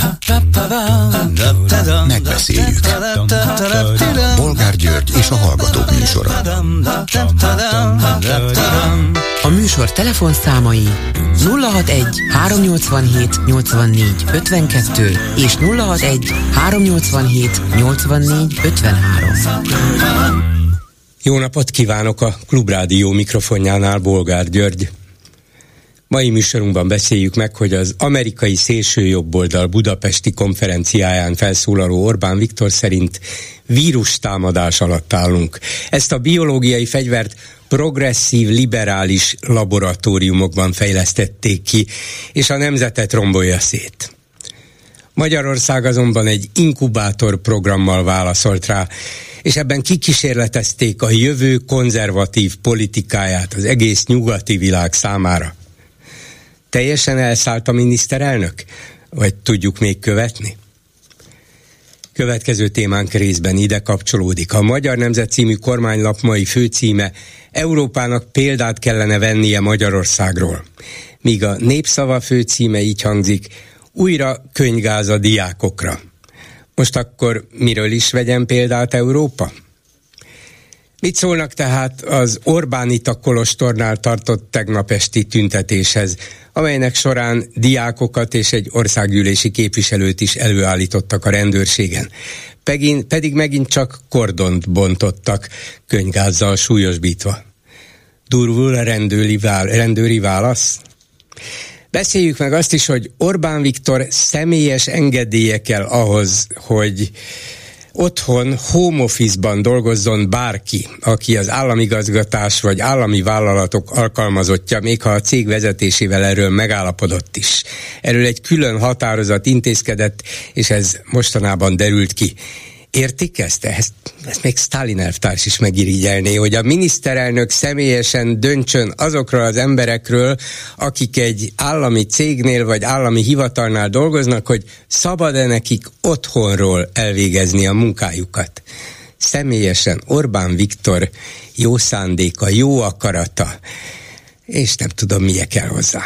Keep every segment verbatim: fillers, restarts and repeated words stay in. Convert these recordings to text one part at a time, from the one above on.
Megbeszéljük. Bolgár György és a Hallgatók műsora. A műsor telefonszámai nulla hatvanegy háromnyolcvanhét nyolcvannégy ötvenkettő és nulla hatvanegy háromnyolcvanhét nyolcvannégy ötvenhárom. Jó napot kívánok, a Klubrádió mikrofonjánál Bolgár György. Mai műsorunkban beszéljük meg, hogy az amerikai szélsőjobboldal budapesti konferenciáján felszólaló Orbán Viktor szerint vírustámadás alatt állunk. Ezt a biológiai fegyvert progresszív, liberális laboratóriumokban fejlesztették ki, és a nemzetet rombolja szét. Magyarország azonban egy inkubátor programmal válaszolt rá, és ebben kikísérletezték a jövő konzervatív politikáját az egész nyugati világ számára. Teljesen elszállt a miniszterelnök? Vagy tudjuk még követni? Következő témánk részben ide kapcsolódik. A Magyar Nemzet című kormánylap mai főcíme: Európának példát kellene vennie Magyarországról. Míg a Népszava főcíme így hangzik: újra könyvgáz a diákokra. Most akkor miről is vegyen példát Európa? Mit szólnak tehát az Orbánita kolostornál tartott tegnap esti tüntetéshez, amelynek során diákokat és egy országgyűlési képviselőt is előállítottak a rendőrségen? Pedig, pedig megint csak kordont bontottak, könyvgázzal súlyosbítva. Durvul a rendőri, vál, rendőri válasz? Beszéljük meg azt is, hogy Orbán Viktor személyes engedélye kell ahhoz, hogy otthon home office-ban dolgozzon bárki, aki az államigazgatás vagy állami vállalatok alkalmazottja, még ha a cég vezetésével erről megállapodott is. Erről egy külön határozat intézkedett, és ez mostanában derült ki. Értik ezt? Ezt, ezt még Sztálin elvtárs is megirigyelné, hogy a miniszterelnök személyesen döntsön azokról az emberekről, akik egy állami cégnél vagy állami hivatalnál dolgoznak, hogy szabad-e nekik otthonról elvégezni a munkájukat. Személyesen Orbán Viktor jó szándéka, jó akarata, és nem tudom, milyen kell hozzá.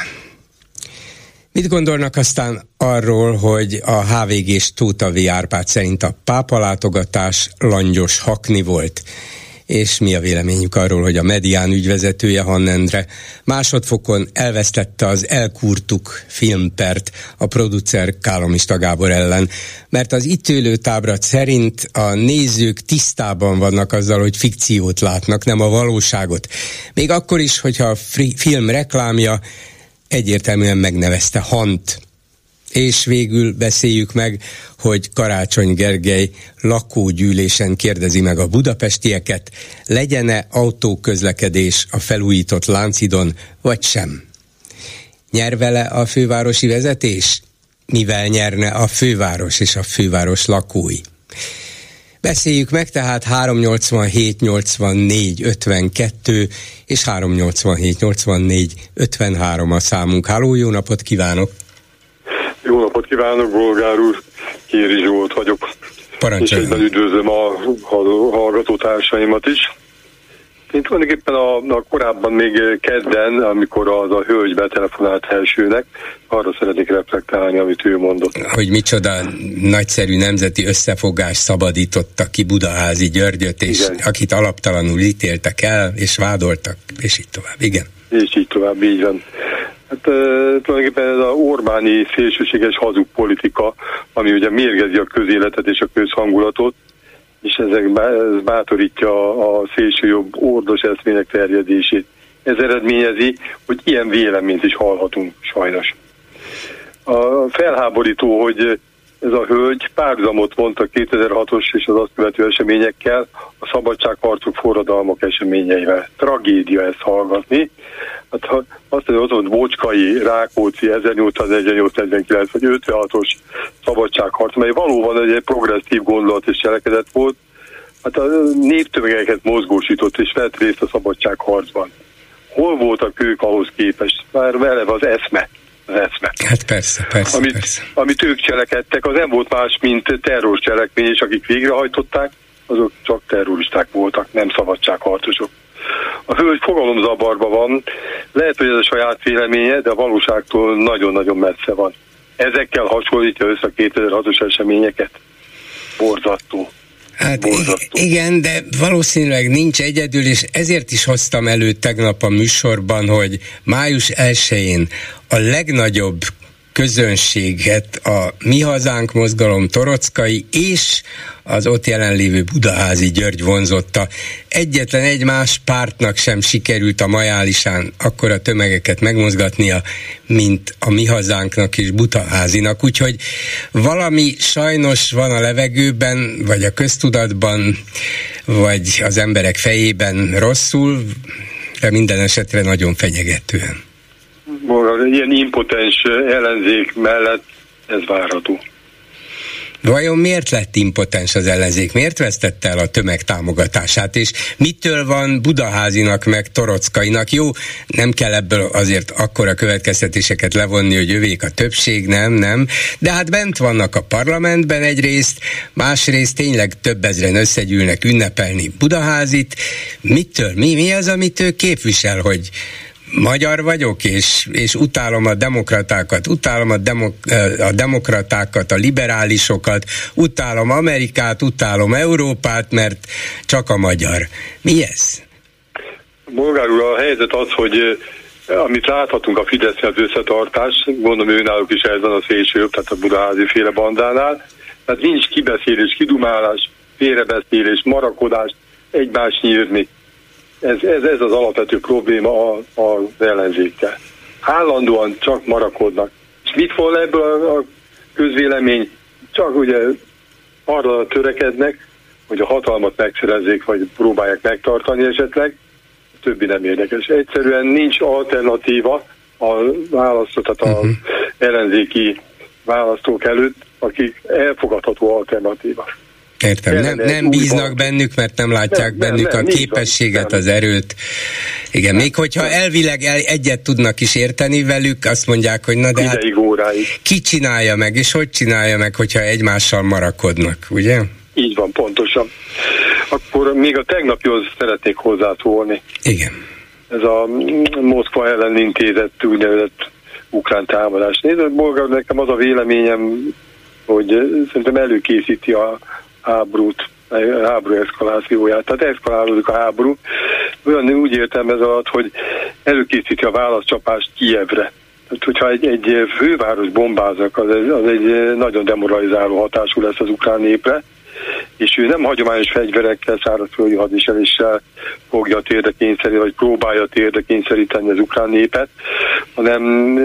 Mit gondolnak aztán arról, hogy a há vé gés Tóth V. Árpád szerint a pápalátogatás langyos hakni volt? És mi a véleményük arról, hogy a Medián ügyvezetője, Hann Endre másodfokon elvesztette az Elkurtuk filmpert a producer Kálomista Gábor ellen, mert az itt ülő tábrat szerint a nézők tisztában vannak azzal, hogy fikciót látnak, nem a valóságot. Még akkor is, hogyha a film reklámja egyértelműen megnevezte Hant. És végül beszéljük meg, hogy Karácsony Gergely lakógyűlésen kérdezi meg a budapestieket, legyen-e autóközlekedés a felújított Lánchidon, vagy sem. Nyer vele a fővárosi vezetés? Mivel nyerne a főváros és a főváros lakói? Beszéljük meg tehát háromnyolcvanhét nyolcvannégy ötvenkettő és háromnyolcvanhét nyolcvannégy ötvenhárom a számunk. Háló, jó napot kívánok! Jó napot kívánok, Bolgár úr! Kéri Zsolt vagyok. Parancsoljon. És egyben üdvözlöm a hallgatótársaimat is. Én tulajdonképpen a, a korábban még kedden, amikor az a hölgy betelefonált elsőnek, arra szeretnék reflektálni, amit ő mondott. Hogy micsoda nagyszerű nemzeti összefogás szabadította ki Budaházi Györgyöt, és igen, akit alaptalanul ítéltek el, és vádoltak, és így tovább. Igen. És így tovább, így van. Hát e, tulajdonképpen ez az Orbáni szélsőséges hazug politika, ami ugye mérgezi a közéletet és a közhangulatot, és ezek ez bátorítja a szélsőjobb ordos eszmények terjedését. Ez eredményezi, hogy ilyen véleményt is hallhatunk sajnos. A felháborító, hogy ez a hölgy párhuzamot vont a kétezer-hatos és az azt követő eseményekkel, a szabadságharcok, forradalmak eseményeivel. Tragédia ezt hallgatni. Hát ha azt mondja, hogy Bocskai, Rákóczi, ezernyolcszáznegyvennyolc-negyvenkilenc vagy ötvenhatos szabadságharc, mely valóban egy progresszív gondolat és cselekedet volt, hát a néptömegeket mozgósított és vett részt a szabadságharcban. Hol voltak ők ahhoz képest? Már eleve az eszme. Az eszme. Hát persze, persze, amit, persze. Amit ők cselekedtek, az nem volt más, mint terrorcselekmény, és akik végrehajtották, azok csak terroristák voltak, nem szabadságharcosok. A hölgy fogalomzavarban van, lehet, hogy ez a saját véleménye, de a valóságtól nagyon-nagyon messze van. ezekkel hasonlítja össze a kétezer-hatos eseményeket. Borzasztó. Hát igen, de valószínűleg nincs egyedül, és ezért is hoztam elő tegnap a műsorban, hogy május elsején a legnagyobb közönséget a Mi Hazánk mozgalom torockai és az ott jelenlévő Budaházi György vonzotta. Egyetlen egy más pártnak sem sikerült a Majálisán akkora tömegeket megmozgatnia, mint a Mi Hazánknak és Budaházinak. Úgyhogy valami sajnos van a levegőben, vagy a köztudatban, vagy az emberek fejében rosszul, de minden esetre nagyon fenyegetően. Ilyen impotens ellenzék mellett ez várható. Vajon miért lett impotens az ellenzék? Miért vesztette el a tömeg támogatását? És mitől van Budaházinak meg Torockainak? Jó, nem kell ebből azért akkora következtetéseket levonni, hogy övék a többség, nem, nem. De hát bent vannak a parlamentben egyrészt, másrészt tényleg több ezren összegyűlnek ünnepelni Budaházit. Mitől? Mi, mi az, amit ő képvisel, hogy magyar vagyok, és, és utálom a demokratákat, utálom a, demok, a demokratákat, a liberálisokat, utálom Amerikát, utálom Európát, mert csak a magyar. Mi ez? Bolgár úr, a helyzet az, hogy amit láthatunk a Fidesznél az összetartás, gondolom őnáluk is ez van a szélsőjobb, tehát a Budaházi féle bandánál, tehát nincs kibeszélés, kidumálás, félrebeszélés, marakodás, egymást nyírni. Ez, ez, ez az alapvető probléma az ellenzékkel. Állandóan csak marakodnak. És mit fog ebből a, a közvélemény? Csak ugye arra törekednek, hogy a hatalmat megszerezzék, vagy próbálják megtartani esetleg, a többi nem érdekes. Egyszerűen nincs alternatíva a választó, tehát az uh-huh. ellenzéki választók előtt, akik elfogadható alternatíva. Értem, nem, nem bíznak bennük, mert nem látják nem, bennük nem, nem, a képességet, az erőt. Igen, nem, még hogyha nem. elvileg el, egyet tudnak is érteni velük, azt mondják, hogy na de hát ki csinálja meg, és hogy csinálja meg, hogyha egymással marakodnak, ugye? Így van, pontosan. Akkor még a tegnapihoz szeretnék hozzászólni. Igen. Ez a Moszkva ellen intézett úgynevezett ukrán támadás. Nézd, Bolgár, nekem az a véleményem, hogy szerintem előkészíti a háborút, a háború eszkalációját. Tehát eszkalálódik a háború. Olyan úgy értem ez alatt, hogy előkészíti a válaszcsapást Kijevre. Tehát, hogyha egy, egy főváros bombáznak, az, az egy nagyon demoralizáló hatású lesz az ukrán népre, és ő nem hagyományos fegyverekkel, szárazföldi hadviseléssel fogja térdre kényszeríteni, vagy próbálja térdre kényszeríteni az ukrán népet, hanem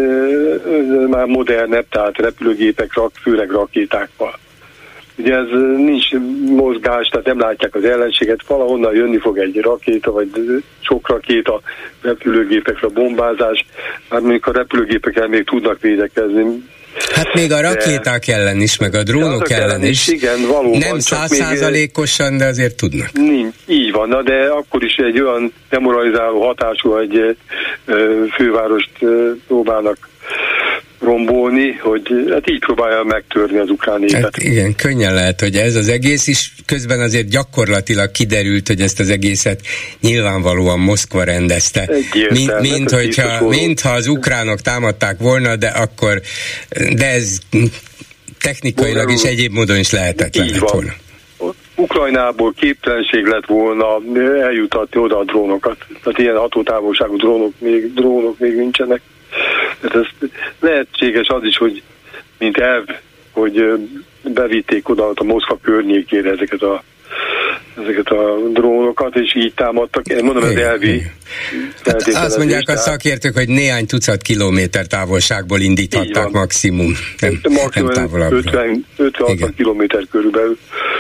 már modernebb, tehát repülőgépek, főleg rakétákkal. Ugye ez nincs mozgás, tehát nem látják az ellenséget, valahonnan jönni fog egy rakéta, vagy sok rakéta, repülőgépekre bombázás, hát mondjuk a repülőgépekkel még tudnak védekezni. Hát még a rakéták de... ellen is, meg a drónok ellen, ellen is. Igen, valóban. Nem százszázalékosan, de azért tudnak. Nincs, így van, na, de akkor is egy olyan demoralizáló hatású, egy fővárost próbálnak rombolni, hogy hát így próbálja megtörni az ukrán népet. Hát igen, könnyen lehet, hogy ez az egész is, közben azért gyakorlatilag kiderült, hogy ezt az egészet nyilvánvalóan Moszkva rendezte. Mint, mint, hogyha, mintha az ukránok támadták volna, de akkor, de ez technikailag is egyéb módon is lehetetlen lett volna. Ukrajnából képtelenség lett volna eljutatni oda a drónokat. Tehát ilyen hatótávolságú drónok még, drónok még nincsenek. Tehát ez lehetséges az is, hogy mint elv, hogy bevitték oda a Moszkva környékére ezeket a, ezeket a drónokat, és így támadtak. Én mondom, ez elvi. Hát azt mondják a szakértők, hogy néhány tucat kilométer távolságból indíthatták maximum. Nem, maximum nem távolabbra. ötven-hatvan kilométer körülbelül.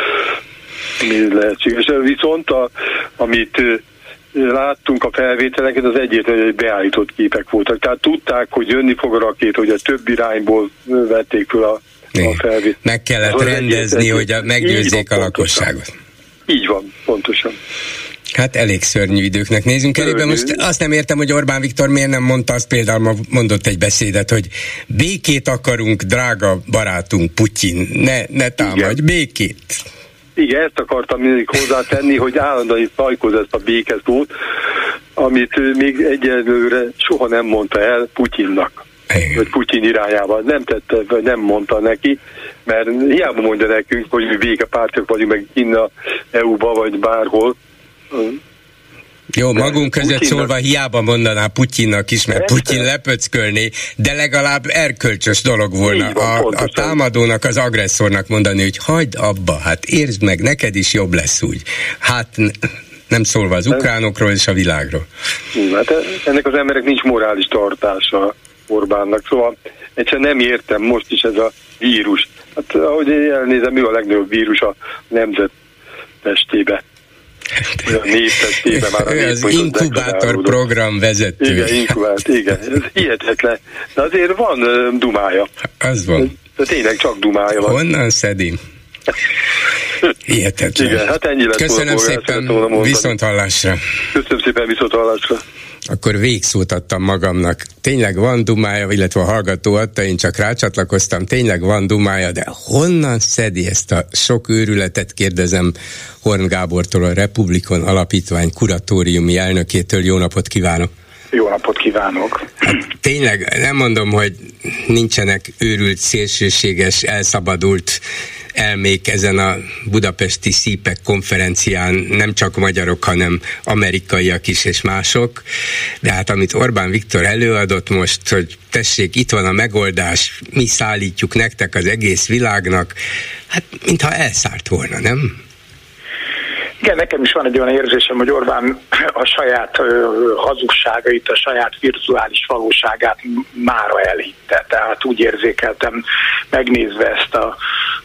Lehetséges. Viszont a, amit láttunk a felvételeket, az egyértelmű, hogy beállított képek voltak. Tehát tudták, hogy jönni fog a rakét, hogy a több irányból vették fel a, a felvételt. Meg kellett az rendezni, hogy a, meggyőzzék van, a lakosságot. Így van, pontosan. Hát elég szörnyű időknek nézünk elébe. Most azt nem értem, hogy Orbán Viktor miért nem mondta azt, például mondott egy beszédet, hogy békét akarunk, drága barátunk Putyin, ne, ne támadj, békét. Igen, ezt akartam mindig hozzátenni, hogy állandóan tajkoz ezt a békeszót, amit még egyelőre soha nem mondta el Putyinnak. vagy Putyin irányába. Nem tette, vagy nem mondta neki, mert hiába mondja nekünk, hogy mi békepártiak vagyunk, meg innen a é u-ba, vagy bárhol. Jó, magunk között Putyinnak... szólva hiába mondaná Putyinnak is, mert Putyin lepöckölné, de legalább erkölcsös dolog volna van, a, a támadónak, az agresszornak mondani, hogy hagyd abba, hát értsd meg, neked is jobb lesz úgy. Hát nem szólva az ukránokról és a világról. Hát ennek az emberek nincs morális tartása Orbánnak, szóval egyszerűen nem értem most is ez a vírus. Hát ahogy én elnézem, mi a legnagyobb vírus a nemzet testébe. A néptestében már a nép, az inkubátor program vezető. Igen, inkubátor, igen. Ez hihetetlen. De azért van uh, dumája. Az van. De tényleg csak dumája van. Honnan szedi? Hihetetlen. Igen, hát ennyi lesz. Köszönöm szépen, viszont hallásra. Köszönöm szépen, viszont hallásra. Akkor végszót adtam magamnak. Tényleg van dumája, illetve a hallgató adta, én csak rácsatlakoztam, tényleg van dumája, de honnan szedi ezt a sok őrületet, kérdezem Horn Gábortól, a Republikon Alapítvány kuratóriumi elnökétől. Jó napot kívánok! Jó napot kívánok! Hát tényleg nem mondom, hogy nincsenek őrült, szélsőséges, elszabadult elmék ezen a budapesti szípek konferencián, nem csak magyarok, hanem amerikaiak is és mások, de hát amit Orbán Viktor előadott most, hogy tessék, itt van a megoldás, mi szállítjuk nektek az egész világnak, hát mintha elszállt volna, nem? Igen, nekem is van egy olyan érzésem, hogy Orbán a saját uh, hazugságait, a saját virtuális valóságát mára elhitte. Tehát úgy érzékeltem, megnézve ezt a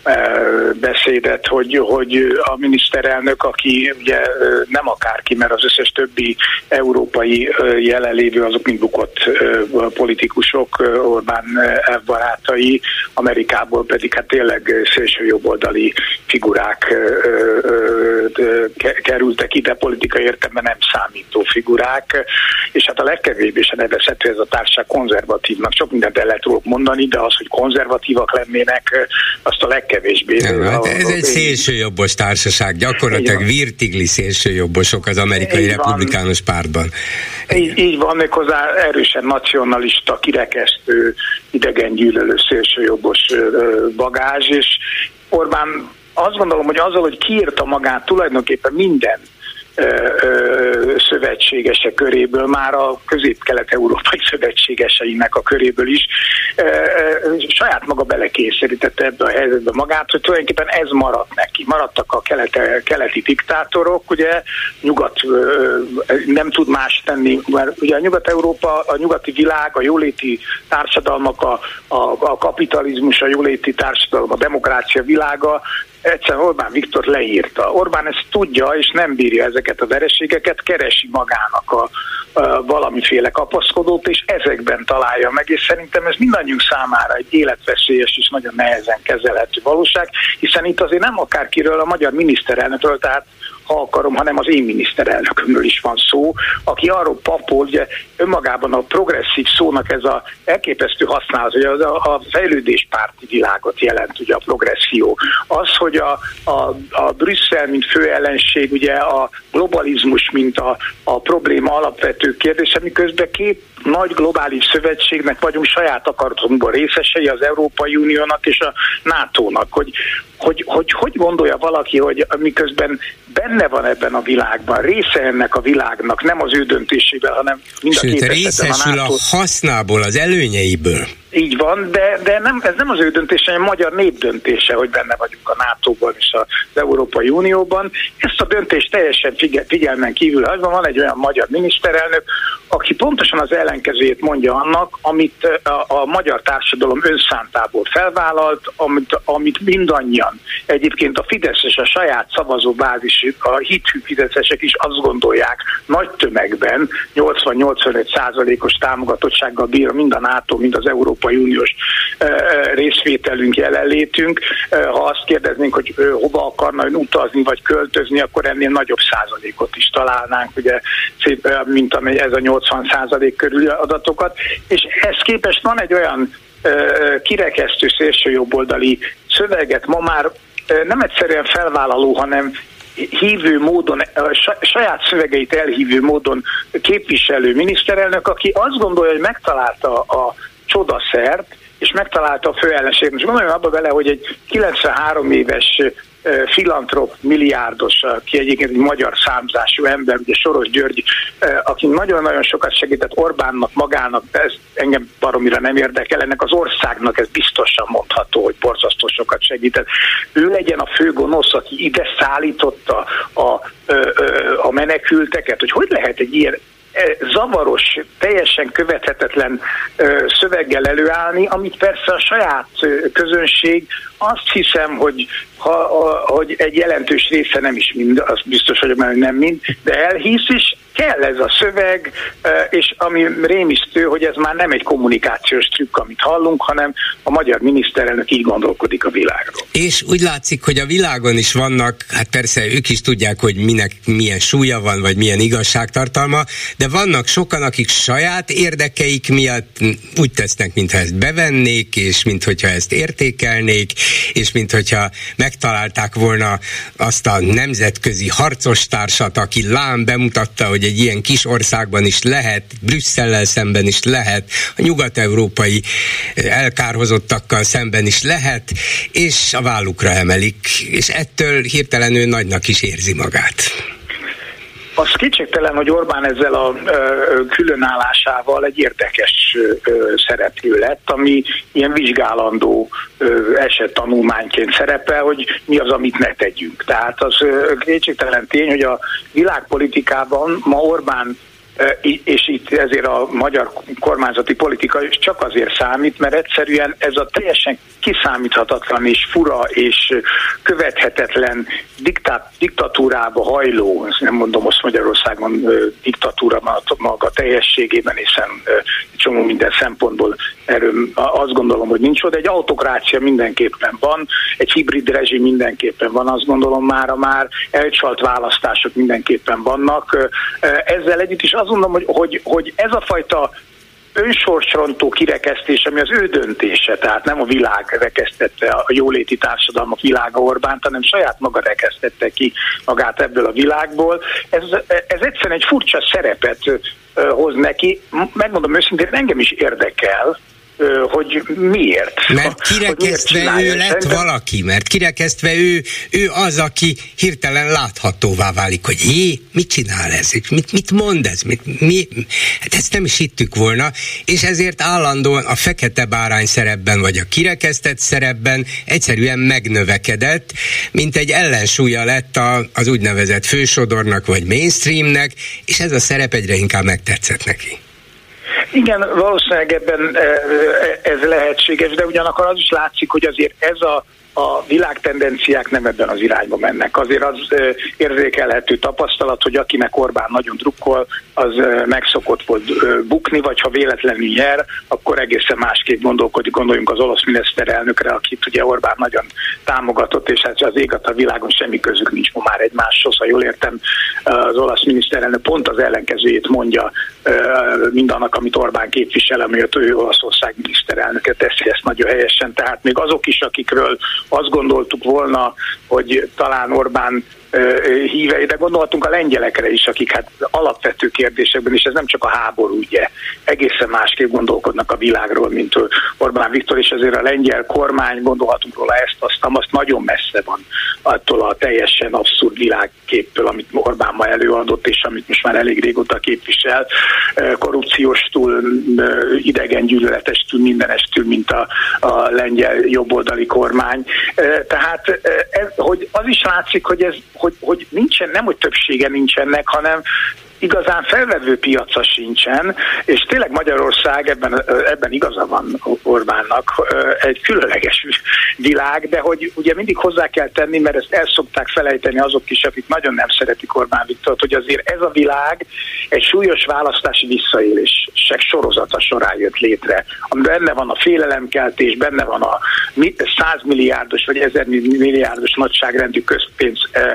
uh, beszédet, hogy, hogy a miniszterelnök, aki ugye uh, nem akárki, mert az összes többi európai uh, jelenlévő, azok mind bukott uh, politikusok, uh, Orbán uh, barátai, Amerikából pedig hát tényleg szélsőjobboldali figurák uh, uh, kerültek ide, politikai értelemben nem számító figurák, és hát a legkevésbé is nevezhető ez a társaság konzervatívnak. Sok mindent el lehet róluk mondani, de az, hogy konzervatívak lennének, azt a legkevésbé. Nem, hát ez egy szélsőjobbos társaság, gyakorlatilag virtigli szélsőjobbosok az amerikai így republikánus van. Pártban. Így, így van, méghozzá erősen nacionalista, kirekesztő, idegengyűlölő szélsőjobbos bagázs, és Orbán azt gondolom, hogy azzal, hogy kiírta magát tulajdonképpen minden ö, ö, szövetségese köréből, már a közép-kelet-európai szövetségeseinek a köréből is, ö, ö, saját maga belekényszerítette ebbe a helyzetbe magát, hogy tulajdonképpen ez maradt neki. Maradtak a kelete, keleti diktátorok, ugye nyugat ö, nem tud más tenni, mert ugye a Nyugat-Európa, a nyugati világ, a jóléti társadalmak, a, a, a kapitalizmus, a jóléti társadalom, a demokrácia világa, egyszerűen Orbán Viktor leírta. Orbán ezt tudja, és nem bírja ezeket a vereségeket, keresi magának a, a valamiféle kapaszkodót, és ezekben találja meg, és szerintem ez mindannyiunk számára egy életveszélyes és nagyon nehezen kezelhető valóság, hiszen itt azért nem akárkiről, a magyar miniszterelnökről, tehát ha akarom, hanem az én miniszterelnökömről is van szó, aki arról papol, ugye önmagában a progresszív szónak ez a elképesztő használat, hogy a, a fejlődéspárti világot jelent ugye a progresszió. Az, hogy a, a, a Brüsszel, mint fő ellenség, ugye a globalizmus, mint a, a probléma alapvető kérdése, miközben két nagy globális szövetségnek vagyunk saját akaratunkból részesei, az Európai Uniónak és a nátónak, hogy hogy, hogy hogy gondolja valaki, hogy miközben benne van ebben a világban, része ennek a világnak, nem az ő döntésével, hanem mind a két részesül a NATO. A hasznából, az előnyeiből. Így van, de, de nem, ez nem az ő döntése, hanem a magyar nép döntése, hogy benne vagyunk a nátóban és az Európai Unióban. Ezt a döntést teljesen figyel, figyelmen kívül hagyva van egy olyan magyar miniszterelnök, aki pontosan az ellenkezőjét mondja annak, amit a, a magyar társadalom önszántából felvállalt, amit, amit mindannyian, egyébként a Fidesz és a saját szavazóbázis, a hithű fideszesek is azt gondolják nagy tömegben, nyolcvan-nyolcvanöt százalékos támogatottsággal bír mind a NATO, mind az Európai Uniós részvételünk, jelenlétünk. Ha azt kérdeznénk, hogy hova akarna ön utazni vagy költözni, akkor ennél nagyobb százalékot is találnánk, ugye, mint amely ez a nyolcvan százalék körüli adatokat. És ehhez képest van egy olyan kirekesztő szélsőjobboldali szöveget, ma már nem egyszerűen felvállaló, hanem hívő módon, saját szövegeit elhívő módon képviselő miniszterelnök, aki azt gondolja, hogy megtalálta a csodaszert, és megtalálta a főellenséget. Most gondoljon abba bele, hogy egy kilencvenhárom éves filantrop milliárdos, aki egyébként egy magyar számzású ember, ugye Soros György, aki nagyon-nagyon sokat segített Orbánnak, magának, de ez engem baromira nem érdekel, ennek az országnak ez biztosan mondható, hogy borzasztó sokat segített. Ő legyen a fő gonosz, aki ide szállította a, a, a menekülteket, hogy hogy lehet egy ilyen zavaros, teljesen követhetetlen szöveggel előállni, amit persze a saját közönség, azt hiszem, hogy, ha, hogy egy jelentős része nem is mind, az biztos vagyok, mert nem mind, de elhisz is, kell ez a szöveg, és ami rémisztő, hogy ez már nem egy kommunikációs trükk, amit hallunk, hanem a magyar miniszterelnök így gondolkodik a világról. És úgy látszik, hogy a világon is vannak, hát persze ők is tudják, hogy minek milyen súlya van, vagy milyen igazságtartalma, de vannak sokan, akik saját érdekeik miatt úgy tesznek, mintha ezt bevennék, és minthogyha ezt értékelnék, és minthogyha megtalálták volna azt a nemzetközi harcostársat, aki lám bemutatta, hogy egy ilyen kis országban is lehet, Brüsszellel szemben is lehet, a nyugat-európai elkárhozottakkal szemben is lehet, és a vállukra emelik, és ettől hirtelen ő nagynak is érzi magát. Az kétségtelen, hogy Orbán ezzel a ö, különállásával egy érdekes ö, szereplő lett, ami ilyen vizsgálandó ö, esettanulmányként szerepel, hogy mi az, amit ne tegyünk. Tehát az ö, kétségtelen tény, hogy a világpolitikában ma Orbán, ö, és itt ezért a magyar kormányzati politika is csak azért számít, mert egyszerűen ez a teljesen kiszámíthatatlan és fura és követhetetlen diktát, diktatúrába hajló, nem mondom most Magyarországon diktatúra maga teljességében, hiszen csomó minden szempontból erről azt gondolom, hogy nincs oda, egy autokrácia mindenképpen van, egy hibrid rezsim mindenképpen van, azt gondolom mára már, elcsalt választások mindenképpen vannak. Ezzel együtt is azt gondolom, hogy, hogy, hogy ez a fajta önsorsrontó kirekesztés, ami az ő döntése, tehát nem a világ rekesztette a jóléti társadalmak világa Orbánt, hanem saját maga rekesztette ki magát ebből a világból. Ez, ez egyszerűen egy furcsa szerepet hoz neki. Megmondom őszintén, engem is érdekel, hogy miért. Mert kirekesztve ő lett valaki, mert kirekesztve ő, ő az, aki hirtelen láthatóvá válik, hogy jé, mit csinál ez, mit, mit mond ez, mit, mi, hát ezt nem is hittük volna, és ezért állandóan a fekete bárány szerepben, vagy a kirekesztett szerepben egyszerűen megnövekedett, mint egy ellensúlya lett a, az úgynevezett fősodornak, vagy mainstreamnek, és ez a szerep egyre inkább megtetszett neki. Igen, valószínűleg ebben ez lehetséges, de ugyanakkor az is látszik, hogy azért ez a a világtendenciák nem ebben az irányba mennek. Azért az érzékelhető tapasztalat, hogy akinek Orbán nagyon drukkol, az megszokott volt bukni, vagy ha véletlenül nyer, akkor egészen másképp gondolkodik. Gondoljunk az olasz miniszterelnökre, akit ugye Orbán nagyon támogatott, és hát az ég a világon semmi közük nincs ma már egymáshoz. Ha jól értem, az olasz miniszterelnök pont az ellenkezőjét mondja mindannak, amit Orbán képvisel, amiért ő Olaszország miniszterelnöke teszi ezt nagyon helyesen. Tehát még azok is, akikről azt gondoltuk volna, hogy talán Orbán hívei, de gondoltunk a lengyelekre is, akik hát alapvető kérdésekben, és ez nem csak a háború, ugye, egészen másképp gondolkodnak a világról, mint Orbán Viktor, és azért a lengyel kormány, gondolhatunk róla ezt, azt, azt nagyon messze van attól a teljesen abszurd világképpől, amit Orbán ma előadott, és amit most már elég régóta képvisel, korrupcióstól, idegen gyűlöletestől, mindenestől, mint a, a lengyel jobboldali kormány. Tehát ez, hogy az is látszik, hogy ez Hogy, hogy nincsen, nem hogy többsége nincsenek, hanem igazán felvevő piaca sincsen, és tényleg Magyarország ebben, ebben igaza van Orbánnak, egy különleges világ, de hogy ugye mindig hozzá kell tenni, mert ezt el szokták felejteni azok is, akik nagyon nem szeretik Orbán Viktort, hogy azért ez a világ egy súlyos választási visszaélések sorozata során jött létre, amiben benne van a félelemkeltés, benne van a százmilliárdos vagy ezer milliárdos nagyságrendű közpénz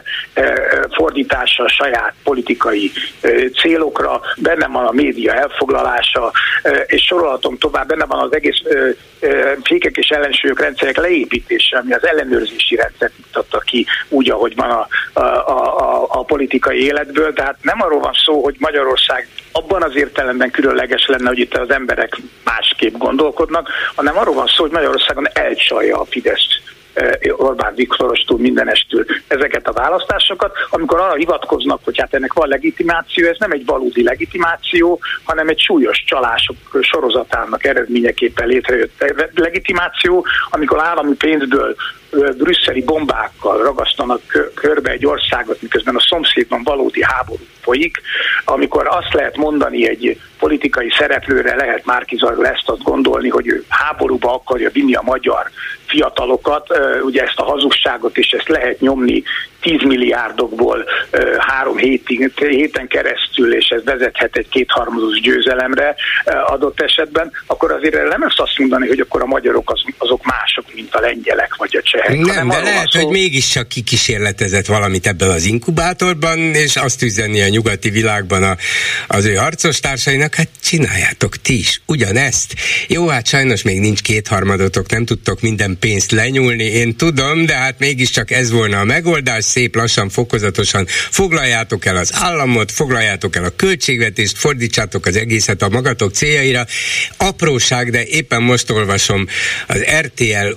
fordítása a saját politikai célokra, benne van a média elfoglalása, és sorolhatom tovább, benne van az egész fékek és ellensúlyok rendszerek leépítése, ami az ellenőrzési rendszert mutatta ki úgy, ahogy van a, a, a, a politikai életből, tehát nem arról van szó, hogy Magyarország abban az értelemben különleges lenne, hogy itt az emberek másképp gondolkodnak, hanem arról van szó, hogy Magyarországon elcsalja a Fidesz Orbán Viktorostól, mindenestől ezeket a választásokat, amikor arra hivatkoznak, hogy hát ennek van legitimáció, ez nem egy valódi legitimáció, hanem egy súlyos csalások sorozatának eredményeképpen létrejött legitimáció, amikor állami pénzből brüsszeli bombákkal ragasztanak körbe egy országot, miközben a szomszédban valódi háború folyik, amikor azt lehet mondani egy politikai szereplőre, lehet Márki-Zayról ezt azt gondolni, hogy ő háborúba akarja vinni a magyar fiatalokat, ugye ezt a hazugságot is ezt lehet nyomni tíz milliárdokból három hétig, héten keresztül, és ez vezethet egy kétharmados győzelemre adott esetben, akkor azért nem ezt azt mondani, hogy akkor a magyarok az, azok mások, mint a lengyelek vagy a csehek. Nem, de lehet, szó... hogy mégiscsak kikísérletezett valamit ebben az inkubátorban, és azt üzenni a nyugati világban a, az ő harcostársainak, hát csináljátok ti is ugyanezt. Jó, hát sajnos még nincs kétharmadotok, nem tudtok minden pénzt lenyúlni, én tudom, de hát mégiscsak ez volna a megoldás, szép lassan, fokozatosan foglaljátok el az államot, foglaljátok el a költségvetést, fordítsátok az egészet a magatok céljaira. Apróság, de éppen most olvasom, az er té el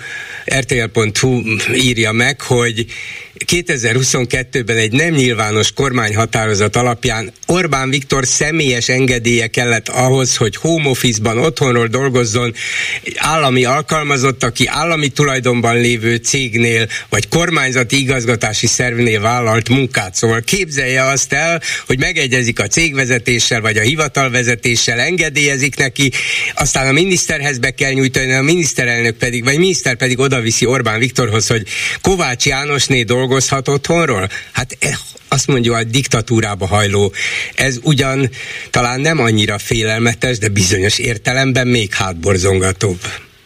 pont hú írja meg, hogy kétezer-huszonkettőben egy nem nyilvános kormányhatározat alapján Orbán Viktor személyes engedélye kellett ahhoz, hogy home office-ban otthonról dolgozzon állami alkalmazott, aki állami tulajdonban lévő cégnél vagy kormányzati igazgatási szervnél vállalt munkát. Szóval képzelje azt el, hogy megegyezik a cégvezetéssel vagy a hivatalvezetéssel, engedélyezik neki, aztán a miniszterhez be kell nyújtani, a miniszterelnök pedig, vagy miniszter pedig odaviszi Orbán Viktorhoz, hogy Kovács Jánosné dolgozhat otthonról? Hát azt mondja, a diktatúrába hajló. Ez ugyan talán nem annyira félelmetes, de bizonyos értelemben még hátborzongatóbb.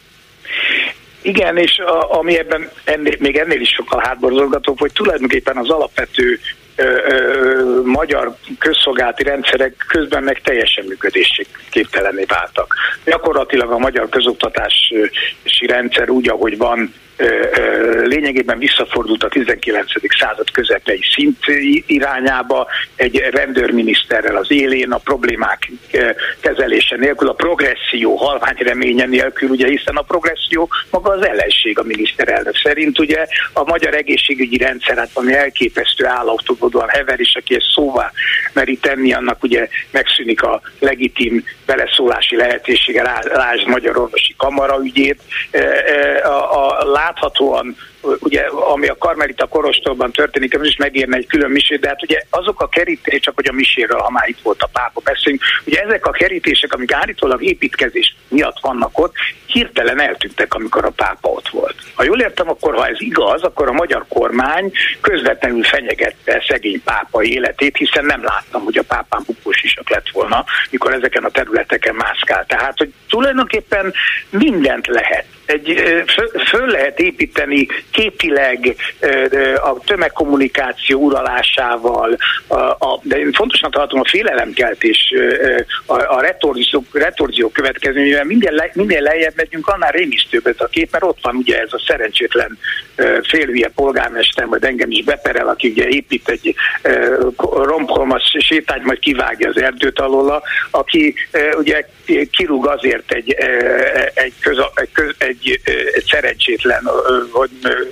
Igen, és a, ami ebben ennél, még ennél is sokkal hátborzongatóbb, hogy tulajdonképpen az alapvető Ö, ö, magyar közszolgálati rendszerek közben meg teljesen működésképtelenné váltak. Gyakorlatilag a magyar közoktatási rendszer úgy, ahogy van, ö, ö, lényegében visszafordult a tizenkilencedik század közepei szint irányába, egy rendőrminiszterrel az élén, a problémák kezelése nélkül, a progresszió halvány reménye nélkül, ugye, hiszen a progresszió maga az ellenség a miniszterelnök szerint, ugye a magyar egészségügyi rendszer, hát ami elképesztő állapotban hever is, aki ezt szóvá meri tenni, annak ugye megszűnik a legitim beleszólási lehetősége, lásd Magyar Orvosi Kamara ügyét. A, a, láthatóan ugye, ami a Karmelita Kolostorban történik, ez is megérne egy külön misét, de hát ugye azok a kerítések, csak hogy a miséről, ha már itt volt a pápa, beszélünk, ugye ezek a kerítések, amik állítólag építkezés miatt vannak ott, hirtelen eltűntek, amikor a pápa ott volt. Ha jól értem, akkor ha ez igaz, akkor a magyar kormány közvetlenül fenyegette szegény pápa életét, hiszen nem láttam, hogy a pápán bukós isak lett volna, mikor ezeken a területeken mászkál. Tehát, hogy tulajdonképpen mindent lehet. Egy, föl lehet építeni képileg a tömegkommunikáció uralásával, a, a, de én fontosnak tartom a félelemkeltés, a, a retorzió, retorzió következményében minden, le, minden lejjebb megyünk, annál rémisztőbb ez a kép, mert ott van ugye ez a szerencsétlen félhülye polgármester, majd engem is beperel, aki ugye épít egy rompolmas sétányt, majd kivágja az erdőt alóla, aki ugye kirúg azért egy, egy, köz, egy, köz, egy, egy szerencsétlen hogy,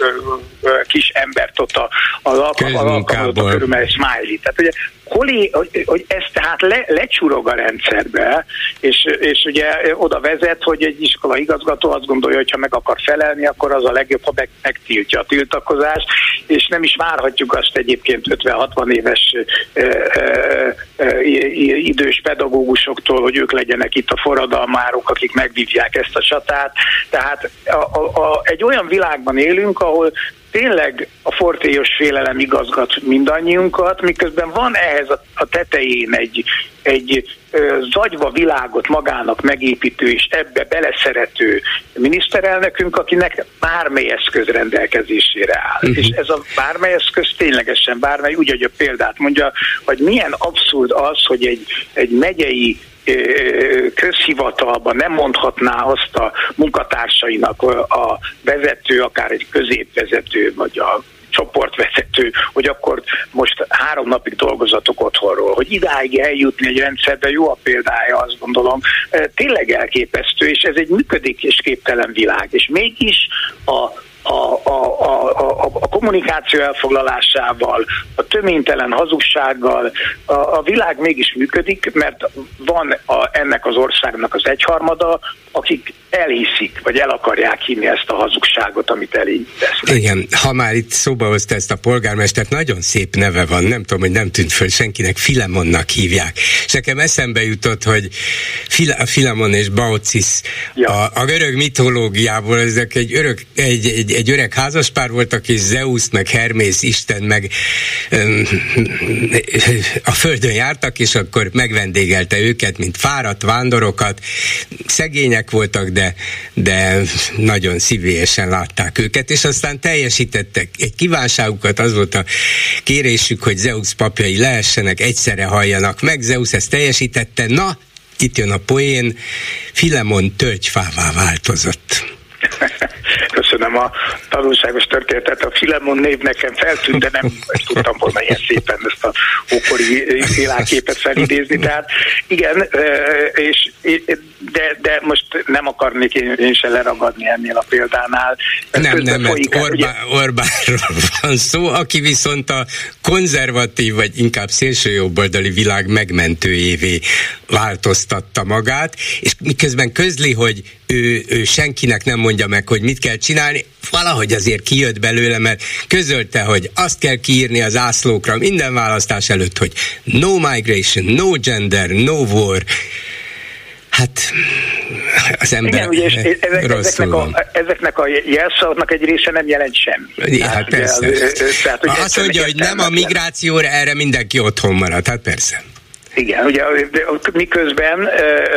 kis embert ott az alkalmazott körülmelj Smiley. Tehát ugye hol, hogy, hogy ez tehát le, lecsurog a rendszerbe, és, és ugye oda vezet, hogy egy iskola igazgató azt gondolja, hogy ha meg akar felelni, akkor az a legjobb, ha meg, megtiltja a tiltakozást, és nem is várhatjuk azt egyébként ötven-hatvan éves ö, ö, ö, idős pedagógusoktól, hogy ők legyenek itt a forradalmárok, akik megvívják ezt a csatát. Tehát a, a, a, egy olyan világban élünk, ahol tényleg a fortélyos félelem igazgat mindannyiunkat, miközben van ehhez a, a tetején egy, egy ö, zagyva világot magának megépítő és ebbe beleszerető miniszterelnökünk, akinek bármely eszköz rendelkezésére áll. Uh-huh. És ez a bármely eszköz ténylegesen bármely, úgy, hogy a példát mondja, hogy milyen abszurd az, hogy egy, egy megyei közhivatalban nem mondhatná azt a munkatársainak a vezető, akár egy középvezető, vagy a csoportvezető, hogy akkor most három napig dolgozatok otthonról, hogy idáig eljutni egy rendszerbe, jó a példája, azt gondolom, tényleg elképesztő, és ez egy működik és képtelen világ, és mégis a A, a, a, a, a kommunikáció elfoglalásával, a töménytelen hazugsággal a, a világ mégis működik, mert van a, ennek az országnak az egyharmada, akik elhiszik, vagy el akarják hinni ezt a hazugságot, amit elénk tesznek. Igen, ha már itt szóba hozta ezt a polgármestert, nagyon szép neve van, nem tudom, hogy nem tűnt föl senkinek, Filemonnak hívják. És nekem eszembe jutott, hogy Fil- Filemon és Baucis ja. a, a görög mitológiából, ezek egy, örök, egy, egy, egy öreg házaspár voltak, és Zeus meg Hermész Isten meg um, a földön jártak, és akkor megvendégelte őket, mint fáradt vándorokat. Szegények voltak, de, de nagyon szívélyesen látták őket, és aztán teljesítettek egy kívánságukat, az volt a kérésük, hogy Zeus papjai lehessenek, egyszerre halljanak meg, Zeus ezt teljesítette, na, itt jön a poén, Filemon tölgyfává változott. Köszönöm a tanulságos történetet. A Filemon név nekem feltűnt, de nem tudtam volna ilyen szépen ezt a ókori világképet felidézni. Tehát igen, és, de, de most nem akarnék én, én se leragadni ennél a példánál. Nem, nem, mert Orbán, Orbánról van szó, aki viszont a konzervatív, vagy inkább szélsőjobboldali világ megmentőjévé változtatta magát, és miközben közli, hogy ő, ő senkinek nem mondja meg, hogy mit kell csinálni, valahogy azért kijött belőle, mert közölte, hogy azt kell kiírni az zászlókra minden választás előtt, hogy no migration, no gender, no war. Hát az ember igen, ugye, ezek, ezeknek, a, ezeknek a jelszavaknak egy része nem jelent semmi. Ja, hát persze. Az, tehát, azt mondja, hogy nem a migrációra, erre mindenki otthon marad, hát persze. Igen, ugye miközben uh,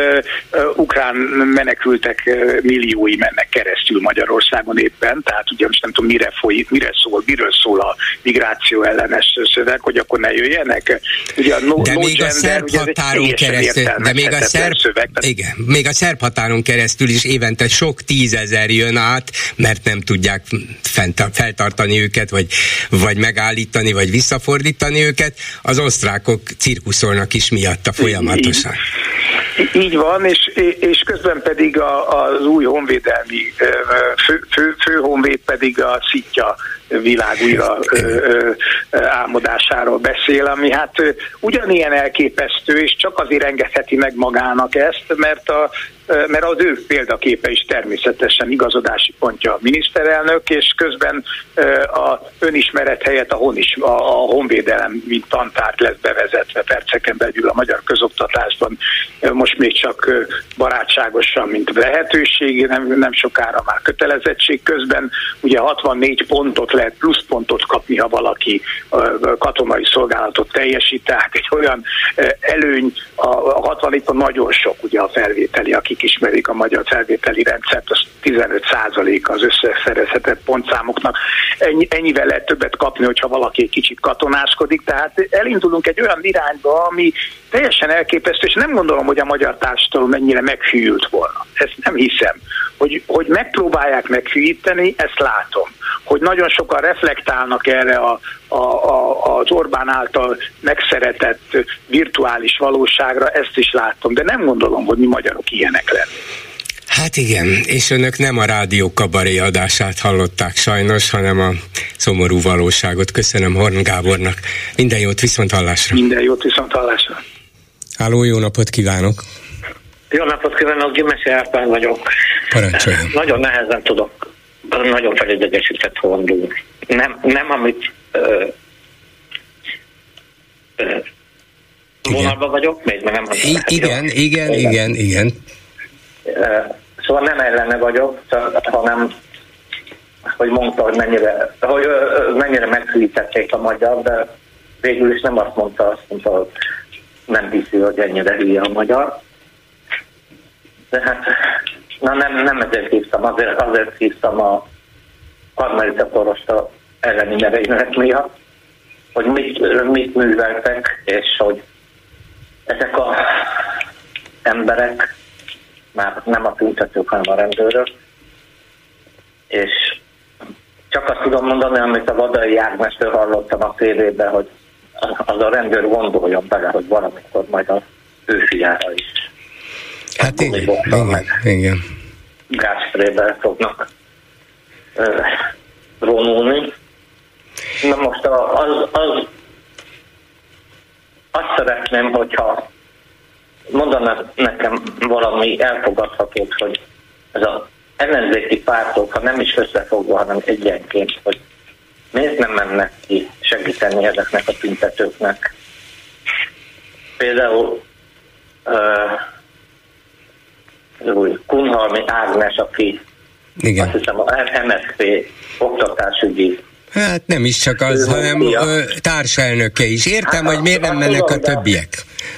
uh, ukrán menekültek uh, milliói mennek keresztül Magyarországon éppen, tehát ugye most nem tudom, mire folyik, mire szól, miről szól a migráció ellenes szöveg, hogy akkor ne jöjjenek. Ugye a no, de no még gender, a szerb határon keresztül, de még a szerb, szöveg, igen, még a szerb határon keresztül is évente sok tízezer jön át, mert nem tudják fent, feltartani őket, vagy, vagy megállítani, vagy visszafordítani őket. Az osztrákok cirkuszolnak is miatta folyamatosan. Így, így van, és, és közben pedig a, az új honvédelmi fő, fő, főhonvéd pedig a szitja világ újra ö, ö, álmodásáról beszél, ami hát ö, ugyanilyen elképesztő, és csak azért engedheti meg magának ezt, mert, a, ö, mert az ő példaképe is természetesen igazodási pontja a miniszterelnök, és közben ö, a önismeret helyett a, honis, a, a honvédelem mint tantárgy lesz bevezetve perceken belül a magyar közoktatásban, ö, most még csak ö, barátságosan, mint lehetőség, nem, nem sokára már kötelezettség, közben ugye hatvannégy pontot lehet pluszpontot kapni, ha valaki katonai szolgálatot teljesíták. Egy olyan előny, a hatvannégy pont nagyon sok, ugye a felvételi, akik ismerik a magyar felvételi rendszert, az tizenöt százalék az összeszerezhetett pontszámoknak. Ennyi, ennyivel lehet többet kapni, hogyha valaki egy kicsit katonáskodik, tehát elindulunk egy olyan irányba, ami teljesen elképesztő, és nem gondolom, hogy a magyar társadalom mennyire meghűlt volna. Ezt nem hiszem. Hogy, hogy megpróbálják meghűíteni, ezt látom. Hogy nagyon sokan reflektálnak erre a, a, a, az Orbán által megszeretett virtuális valóságra, ezt is látom, de nem gondolom, hogy mi magyarok ilyenek lenni. Hát igen, és önök nem a rádió kabaré adását hallották sajnos, hanem a szomorú valóságot. Köszönöm Horn Gábornak. Minden jót, viszont hallásra. Minden jót, viszont hallásra. Háló, jó napot kívánok! Jó napot kívánok, Gyimesi Árpád vagyok. Parancsoljon. Nagyon nehezen tudok, nagyon felidegesített hordul. Nem, nem amit ö, ö, vonalban vagyok, még nem I- igen, igen, igen, igen, igen. Szóval nem ellene vagyok, hanem hogy mondta, hogy mennyire, hogy mennyire meghűítették a magyar, de végül is nem azt mondta, azt mondta, hogy nem hiszi, hogy ennyire hülye a magyar. De hát na nem, nem ezért hívtam, azért, azért hívtam a Karmelita Torosta elleni merénylet miatt, hogy mit, mit műveltek, és hogy ezek az emberek, már nem a tüntetők, hanem a rendőrök, és csak azt tudom mondani, amit a Vadai Ágnestől hallottam a tévében, hogy az a rendőr gondoljon bele, hogy valamikor majd az ő fiára is. Hát igen, igen, igen. Gázsprébe fognak uh, vonulni. Na most az, az azt szeretném, hogyha mondanak nekem valami elfogadhatót, hogy ez az ellenzéki pártok, ha nem is összefogva, hanem egyenként, hogy miért nem mennek ki segíteni ezeknek a tüntetőknek. Például uh, Kunhalmi Ágnes, aki igen. azt hiszem a em es zé pé oktatásügyi. Hát nem is csak az, hanem ö, társelnöke is. Értem, hát, hogy miért nem mennek a többiek.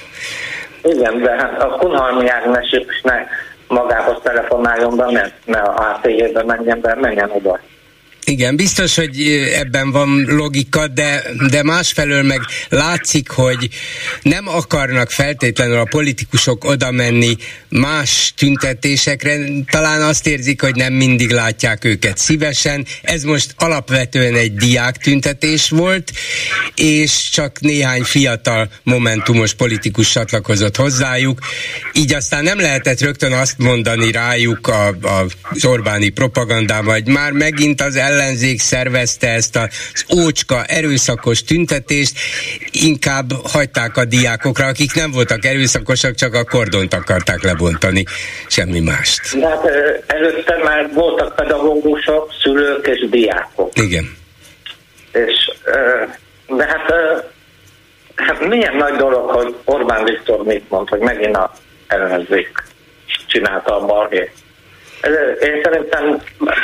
Igen, de hát a Kunhalmi Ágnes is ne magához telefonáljon be, mert ne a á té é-be menjen be, menjen oda. Igen, biztos, hogy ebben van logika, de, de másfelől meg látszik, hogy nem akarnak feltétlenül a politikusok oda menni más tüntetésekre, talán azt érzik, hogy nem mindig látják őket szívesen. Ez most alapvetően egy diák tüntetés volt, és csak néhány fiatal momentumos politikus csatlakozott hozzájuk, így aztán nem lehetett rögtön azt mondani rájuk a, a, az Orbáni propagandában, hogy már megint az ellenzék szervezte ezt az ócska, erőszakos tüntetést, inkább hagyták a diákokra, akik nem voltak erőszakosak, csak a kordont akarták lebontani, semmi mást. De hát előtte már voltak pedagógusok, szülők és diákok. Igen. És de hát, hát milyen nagy dolog, hogy Orbán Viktor mit mond, hogy megint a ellenzék csinálta a balhét. Én szerintem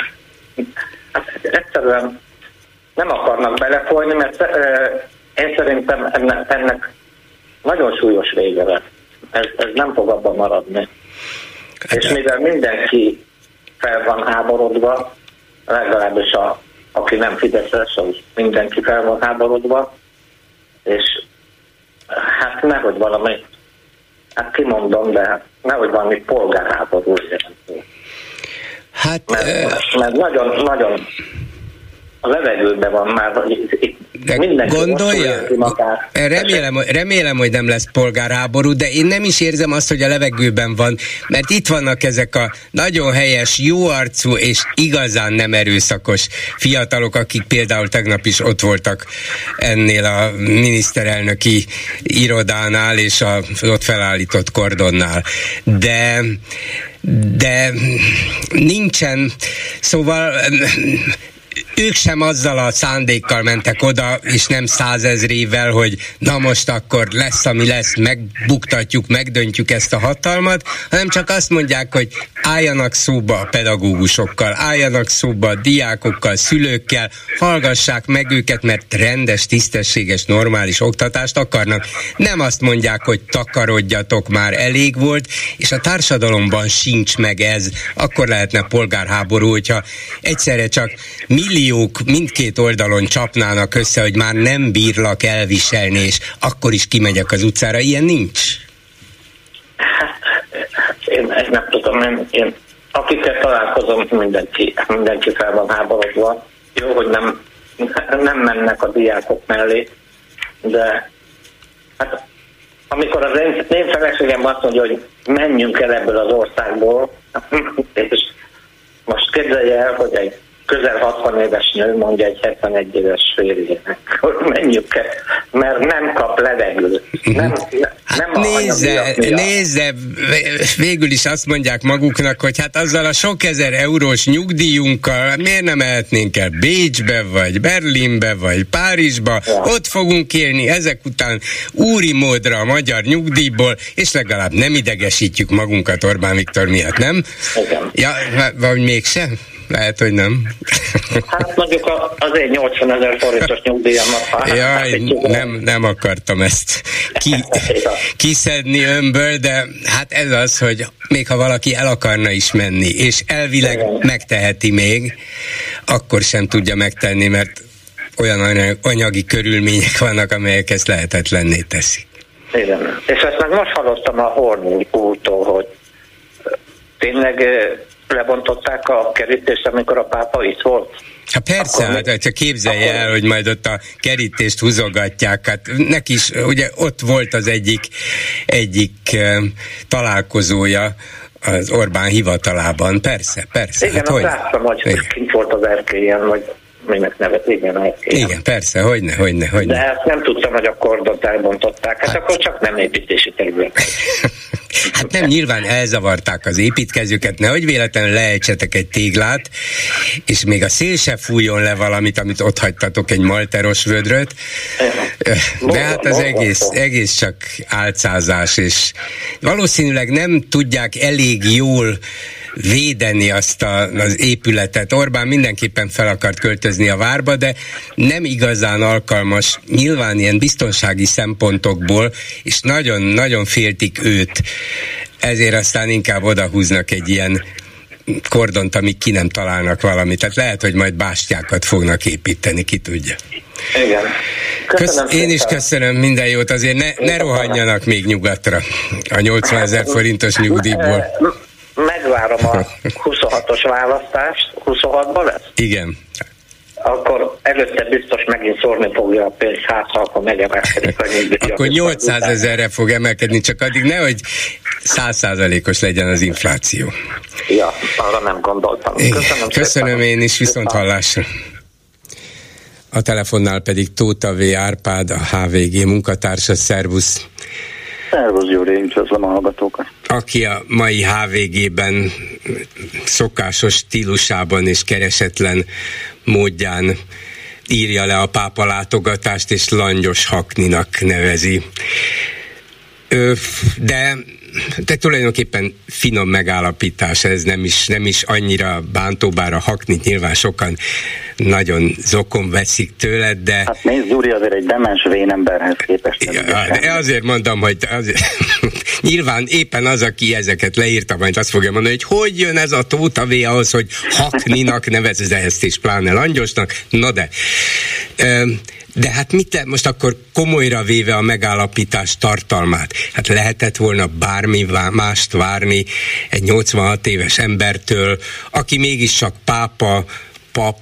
hát egyszerűen nem akarnak belefolyni, mert én szerintem ennek, ennek nagyon súlyos vége lesz. Ez, ez nem fog abban maradni. És mivel mindenki fel van háborodva, legalábbis a, aki nem fideszes, az mindenki fel van háborodva, és hát nehogy valami, hát kimondom, de hát nehogy valami polgárháború jelentő. Hát, mert, mert nagyon, nagyon a levegőben van már, hogy mindenki gondolja, remélem, remélem, hogy nem lesz polgárháború, de én nem is érzem azt, hogy a levegőben van, mert itt vannak ezek a nagyon helyes, jóarcú és igazán nem erőszakos fiatalok, akik például tegnap is ott voltak ennél a miniszterelnöki irodánál és az ott felállított kordonnál. De de nincsen, szóval ők sem azzal a szándékkal mentek oda, és nem százezrével, hogy na most akkor lesz, ami lesz, megbuktatjuk, megdöntjük ezt a hatalmat, hanem csak azt mondják, hogy álljanak szóba a pedagógusokkal, álljanak szóba a diákokkal, szülőkkel, hallgassák meg őket, mert rendes, tisztességes, normális oktatást akarnak. Nem azt mondják, hogy takarodjatok, már elég volt, és a társadalomban sincs meg ez. Akkor lehetne polgárháború, hogyha egyszerre csak milliók mindkét oldalon csapnának össze, hogy már nem bírlak elviselni, és akkor is kimegyek az utcára. Ilyen nincs. Én ezt nem tudom, én, én akikkel találkozom, mindenki, mindenki fel van háborodva. Jó, hogy nem, nem mennek a diákok mellé, de hát amikor az én, én feleségem azt mondja, hogy menjünk el ebből az országból, és most képzelje el, hogy egy közel hatvan éves nő mondja egy hetvenegy éves férjének, hogy menjünk el, mert nem kap levegőt. Nem, nem hát nézze, nézze, végül is azt mondják maguknak, hogy hát azzal a sok ezer eurós nyugdíjunkkal miért nem mehetnénk el Bécsbe, vagy Berlinbe, vagy Párizsba, ja. Ott fogunk élni ezek után úri módra a magyar nyugdíjból, és legalább nem idegesítjük magunkat Orbán Viktor miatt, nem? Igen. Ja, vagy mégsem? Lehet, hogy nem. Hát mondjuk az én nyolcvanezer forintos nyugdíjamat. Jaj, nem, nem akartam ezt ki, kiszedni önből, de hát ez az, hogy még ha valaki el akarna is menni, és elvileg igen. megteheti még, akkor sem tudja megtenni, mert olyan anyagi körülmények vannak, amelyek ezt lehetetlenné teszik. Igen. És ezt meg most hallottam a Horn úrtól, hogy tényleg lebontották a kerítést, amikor a pápa itt volt? Hát persze, akkor hát csak képzelje akkor... el, hogy majd ott a kerítést húzogatják. Hát neki is, ugye ott volt az egyik, egyik uh, találkozója az Orbán hivatalában. Persze, persze. Igen, hát azt hogy? láttam, hogy Igen. kint volt az erkélyen, vagy minek nevet, igen, erkélyen. Igen, persze, hogyne, hogyne, hogyne. De ezt nem tudtam, hogy a kordont elbontották. Hát, hát akkor csak nem építési terület. Hát nem, nyilván elzavarták az építkezőket, nehogy véletlenül leejtsetek egy téglát, és még a szél se fújjon le valamit, amit ott hagytatok, egy malteros vödröt. De hát az egész, egész csak álcázás, és valószínűleg nem tudják elég jól védeni azt a, az épületet. Orbán mindenképpen fel akart költözni a várba, de nem igazán alkalmas, nyilván ilyen biztonsági szempontokból, és nagyon-nagyon féltik őt. Ezért aztán inkább odahúznak egy ilyen kordont, amíg ki nem találnak valamit. Tehát lehet, hogy majd bástyákat fognak építeni, ki tudja. Igen. Kösz, én is köszönöm, minden jót, azért ne, ne rohanjanak még nyugatra a nyolcvanezer forintos nyugdíjból. Megvárom a huszonhatos választást, huszonhatban lesz? Igen. Akkor előtte biztos megint szórni fogja a pénzt, hát ha akkor megemelkedik a nyugdíj. Akkor nyolcszázezerre fog emelkedni, csak addig nehogy száz százalékos legyen az infláció. Ja, arra nem gondoltam. Köszönöm, Köszönöm én is, viszont hallásra. A telefonnál pedig Tóta V. Árpád, a há vé gé munkatársa. Szervusz! Szervusz, Gyuri, üdvözlöm a hallgatókat. Aki a mai há vé gében szokásos stílusában és keresetlen módján írja le a pápa látogatást, és langyos hakninak nevezi. De, de tulajdonképpen finom megállapítás, ez nem is, nem is annyira bántó, bár a haknit nyilván sokan nagyon zokon veszik tőled, de... Hát nézd, Gyuri, azért egy demens vénemberhez képest. Ja, de azért mondom, hogy azért, nyilván éppen az, aki ezeket leírta, majd azt fogja mondani, hogy hogy jön ez a Tóta V ahhoz, hogy hakninak nevezze ezt, és pláne langyosnak. Na de... De hát mit le, most akkor komolyra véve a megállapítás tartalmát? Hát lehetett volna bármi mást várni egy nyolcvanhat éves embertől, aki mégiscsak pápa, pap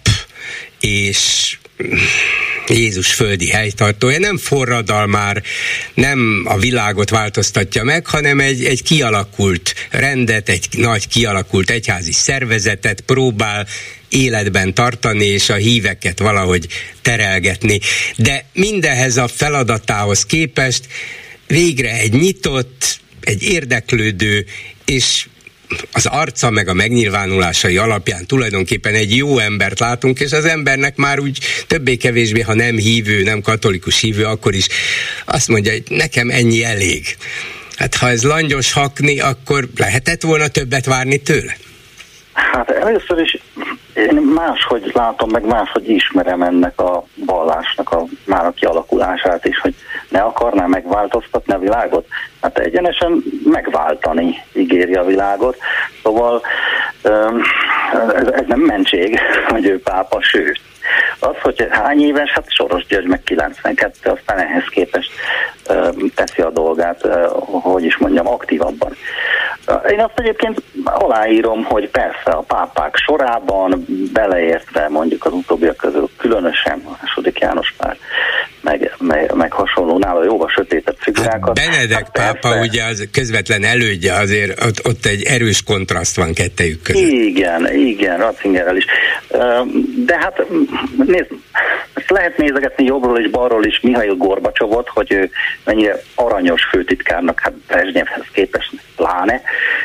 és Jézus földi helytartója, nem forradalmár, nem a világot változtatja meg, hanem egy, egy kialakult rendet, egy nagy kialakult egyházi szervezetet próbál életben tartani, és a híveket valahogy terelgetni. De mindenhez a feladatához képest végre egy nyitott, egy érdeklődő, és az arca meg a megnyilvánulásai alapján tulajdonképpen egy jó embert látunk, és az embernek már úgy többé-kevésbé, ha nem hívő, nem katolikus hívő, akkor is azt mondja, hogy nekem ennyi elég. Hát ha ez langyos hakni, akkor lehetett volna többet várni tőle? Hát először is én máshogy látom, meg máshogy ismerem ennek a vallásnak a már a kialakulását is, hogy ne akarná megváltoztatni a világot. Hát egyenesen megváltani ígéri a világot. Szóval ez, ez nem mentség, hogy ő pápa, sőt. Az, hogy hány éves, hát Soros György meg kilencvenkettő, aztán ehhez képest teszi a dolgát, hogy is mondjam, aktívabban. Én azt egyébként aláírom, hogy persze a pápák sorában, beleértve mondjuk az utóbbiak közül különösen a második János Pál, meg, meg, meg hasonló nála jóval sötétebb figurákat. Hát Benedek hát pápa ugye az közvetlen elődje, azért ott, ott egy erős kontraszt van kettejük között. Igen, igen, Ratzingerrel is. De hát nézd, ezt lehet nézegetni jobbról és balról is Mihail Gorbacsovot, hogy ő mennyire aranyos főtitkárnak, hát Brezsnyevhez képest pláne,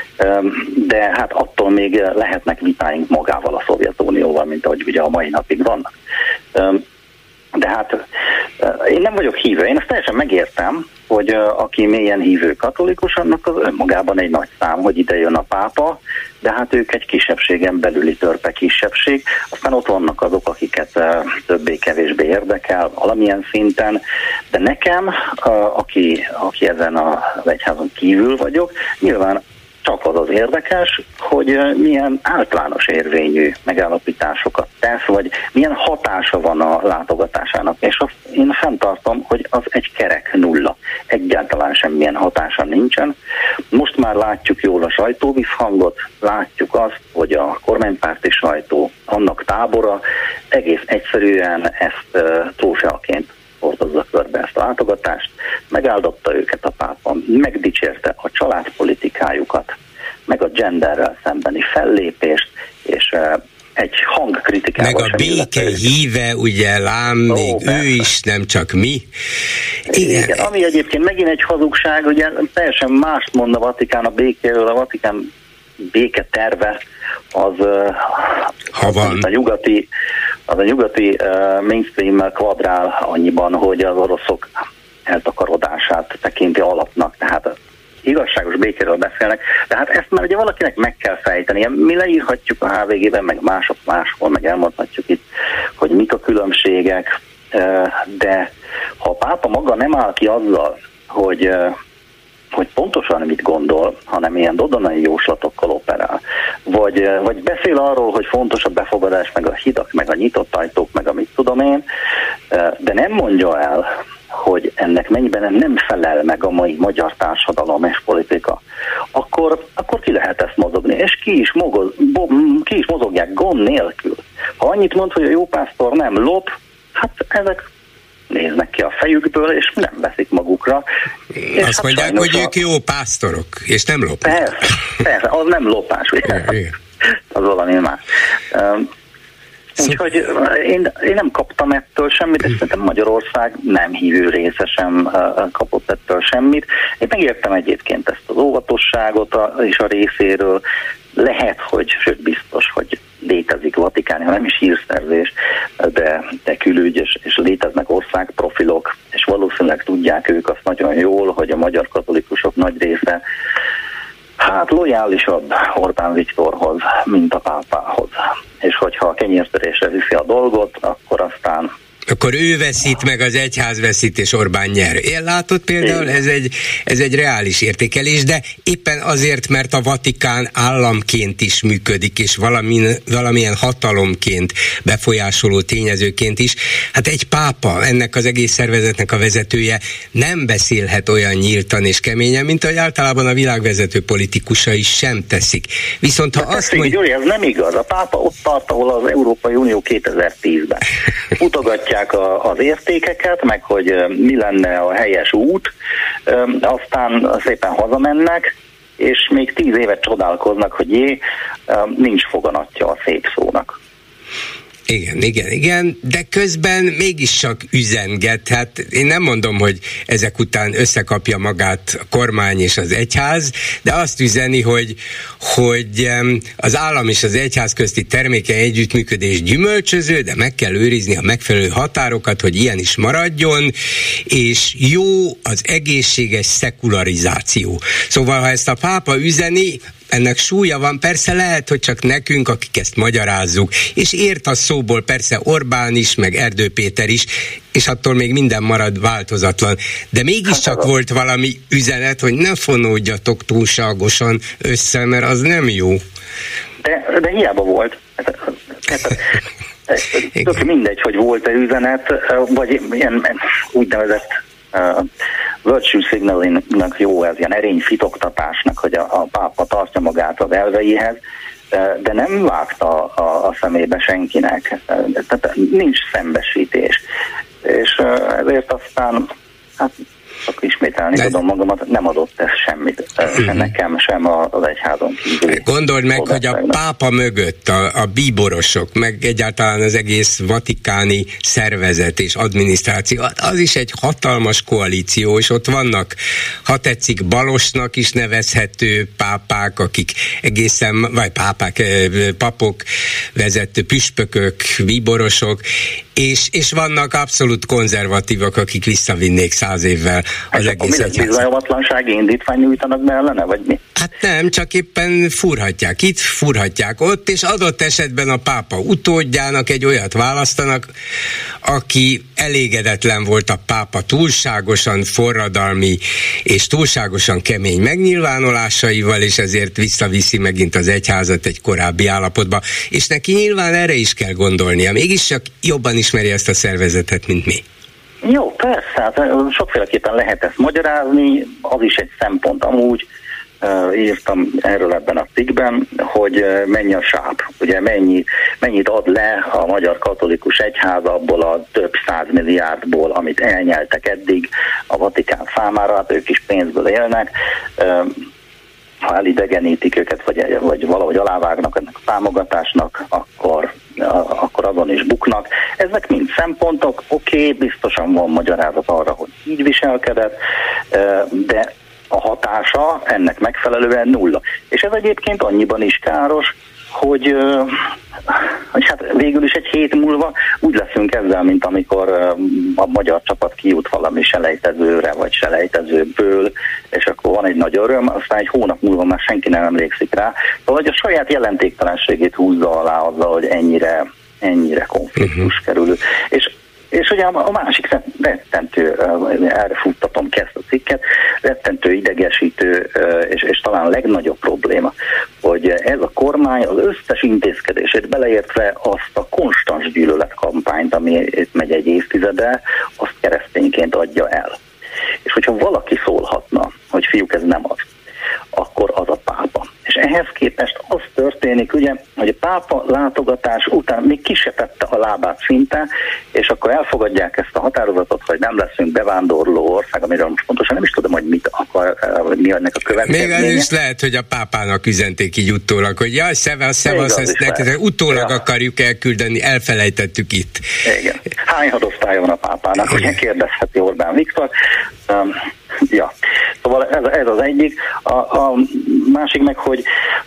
de hát attól még lehetnek vitáink magával a Szovjetunióval, mint ahogy ugye a mai napig vannak. De hát én nem vagyok hívő, én ezt teljesen megértem, hogy aki mélyen hívő katolikus, annak az önmagában egy nagy szám, hogy ide jön a pápa, de hát ők egy kisebbségen belüli törpe kisebbség, aztán ott vannak azok, akiket többé-kevésbé érdekel valamilyen szinten, de nekem, aki, aki ezen az egyházon kívül vagyok, nyilván csak az az érdekes, hogy milyen általános érvényű megállapításokat tesz, vagy milyen hatása van a látogatásának. És azt én fenntartom, hogy az egy kerek nulla. Egyáltalán semmilyen hatása nincsen. Most már látjuk jól a sajtóvisszhangot, látjuk azt, hogy a kormánypárti sajtó, annak tábora egész egyszerűen ezt uh, trófeaként hordozza körbe ezt a látogatást, megáldotta őket a pápa, megdicsérte a családpolitikájukat, meg a genderrel szembeni fellépést, és uh, egy hangkritikával meg a béke híve, ugye lám, még Ó, ő persze. is, nem csak mi. Igen. Igen, ami egyébként megint egy hazugság, ugye teljesen mást mond a Vatikán a békéről, a Vatikán béke terve az, ha az van. a nyugati, az a nyugati uh, mainstream kvadrál annyiban, hogy az oroszok eltakarodását tekinti alapnak, tehát igazságos békéről beszélnek, de hát ezt már ugye valakinek meg kell fejteni. Mi leírhatjuk a há vé gében, meg mások máshol, meg elmondhatjuk itt, hogy mik a különbségek, de ha a pápa maga nem áll ki azzal, hogy, hogy pontosan mit gondol, hanem ilyen dodonai jóslatokkal operál, vagy, vagy beszél arról, hogy fontos a befogadás, meg a hidak, meg a nyitott ajtók, meg a mit tudom én, de nem mondja el, hogy ennek mennyiben nem felel meg a mai magyar társadalom és politika, akkor, akkor ki lehet ezt mozogni, és ki is, mogoz, bo, ki is mozogják gond nélkül. Ha annyit mond, hogy a jó pásztor nem lop, hát ezek néznek ki a fejükből, és nem veszik magukra. És azt hát mondják, hogy a... ők jó pásztorok, és nem lopnak. Persze, persze, az nem lopás, ugye? Az valami más. Úgyhogy én, én nem kaptam ettől semmit, és szerintem Magyarország nem hívő része sem kapott ettől semmit. Én megértem egyébként ezt az óvatosságot a, és a részéről. Lehet, hogy, sőt biztos, hogy létezik Vatikán, ha nem is hírszerzés, de, de külügy, és, és léteznek országprofilok, és valószínűleg tudják ők azt nagyon jól, hogy a magyar katolikusok nagy része hát lojálisabb Orbán Viktorhoz, mint a pápához. És hogyha a kenyértörésre viszi a dolgot, akkor aztán... Akkor ő veszít, meg az egyház veszít, és Orbán nyer. Én látod például, ez egy, ez egy reális értékelés, de éppen azért, mert a Vatikán államként is működik, és valamin, valamilyen hatalomként, befolyásoló tényezőként is. Hát egy pápa, ennek az egész szervezetnek a vezetője nem beszélhet olyan nyíltan és keményen, mint ahogy általában a világvezető politikusai sem teszik. Viszont ha de azt mondja... Gyuri, ez nem igaz. A pápa ott tart, ahol az Európai Unió kétezer-tízben. Mutogatja A, az értékeket, meg hogy mi lenne a helyes út, aztán szépen hazamennek, és még tíz évet csodálkoznak, hogy jé, nincs foganatja a szép szónak. Igen, igen, igen, de közben mégis csak üzenget. Hát én nem mondom, hogy ezek után összekapja magát a kormány és az egyház, de azt üzeni, hogy, hogy az állam és az egyház közti termékeny együttműködés gyümölcsöző, de meg kell őrizni a megfelelő határokat, hogy ilyen is maradjon, és jó az egészséges szekularizáció. Szóval, ha ezt a pápa üzeni, ennek súlya van, persze lehet, hogy csak nekünk, akik ezt magyarázzuk, és ért a szóból persze Orbán is, meg Erdő Péter is, és attól még minden marad változatlan. De mégiscsak hát, volt valami üzenet, hogy ne fonódjatok túlságosan össze, mert az nem jó. De, de hiába volt. Tök mindegy, hogy volt-e üzenet, vagy ilyen úgynevezett Uh, virtue signalingnak jó ez, ilyen erényfitoktatásnak, hogy a, a pápa tartja magát az elveihez, uh, de nem vágta a, a szemébe senkinek. Uh, tehát nincs szembesítés. És uh, ezért aztán, hát csak ismételni tudom magamat, nem adott ez semmit, sem nekem, sem az egyházon kívül. Gondold meg, hogy a pápa mögött a, a bíborosok, meg egyáltalán az egész vatikáni szervezet és adminisztráció, az is egy hatalmas koalíció, és ott vannak, ha tetszik, balosnak is nevezhető pápák, akik egészen, vagy pápák, papok, vezető püspökök, bíborosok, és, és vannak abszolút konzervatívak, akik visszavinnék száz évvel az és egész egyházat. Bizalmatlansági indítvány nyújtanak be ellene, vagy mi? Hát nem, csak éppen furhatják itt, furhatják ott, és adott esetben a pápa utódjának egy olyat választanak, aki elégedetlen volt a pápa túlságosan forradalmi és túlságosan kemény megnyilvánulásaival, és ezért visszaviszi megint az egyházat egy korábbi állapotba, és neki nyilván erre is kell gondolnia, mégiscsak jobban ismeri ezt a szervezetet, mint mi. Jó, persze, hát sokféleképpen lehet ezt magyarázni, az is egy szempont amúgy, uh, írtam erről ebben a cikkben, hogy uh, mennyi a sáp, ugye mennyi, mennyit ad le a Magyar Katolikus Egyház abból a több száz milliárdból, amit elnyeltek eddig a Vatikán számára, hát ők is pénzből élnek, uh, ha elidegenítik őket, vagy, vagy valahogy alávágnak ennek a támogatásnak, akkor, akkor azon is buknak. Ezek mind szempontok, oké, okay, biztosan van magyarázat arra, hogy így viselkedett, de a hatása ennek megfelelően nulla. És ez egyébként annyiban is káros, hogy, hogy hát végül is egy hét múlva úgy leszünk ezzel, mint amikor a magyar csapat kijut valami selejtezőre, vagy selejtezőből, és akkor van egy nagy öröm, aztán egy hónap múlva már senki nem emlékszik rá. Szóval, hogy a saját jelentéktelenségét húzza alá azzal, hogy ennyire, ennyire konfliktus uh-huh. kerül. És És ugye a másik rettentő, erre futtatom ki ezt a cikket, rettentő idegesítő, és, és talán a legnagyobb probléma, hogy ez a kormány az összes intézkedését beleértve azt a konstans gyűlöletkampányt, ami itt megy egy évtizede, azt keresztényként adja el. És hogyha valaki szólhatna, hogy fiúk, ez nem az, akkor az a pápa. És ehhez képest az történik, ugye, hogy a pápa látogatás után még ki se tette a lábát szinte, és akkor elfogadják ezt a határozatot, hogy nem leszünk bevándorló ország, amiről most pontosan nem is tudom, hogy mit akar, mi ennek a következménye. Még az is lehet, hogy a pápának üzenték így utólag, hogy jaj, szevasz, szevasz, ezt neked utólag ja. akarjuk elküldeni, elfelejtettük itt. Igen. Hány hadosztálya van a pápának, ugye kérdezheti Orbán Viktor. Um, ja, szóval ez, ez az egyik. A, a másik meg, hogy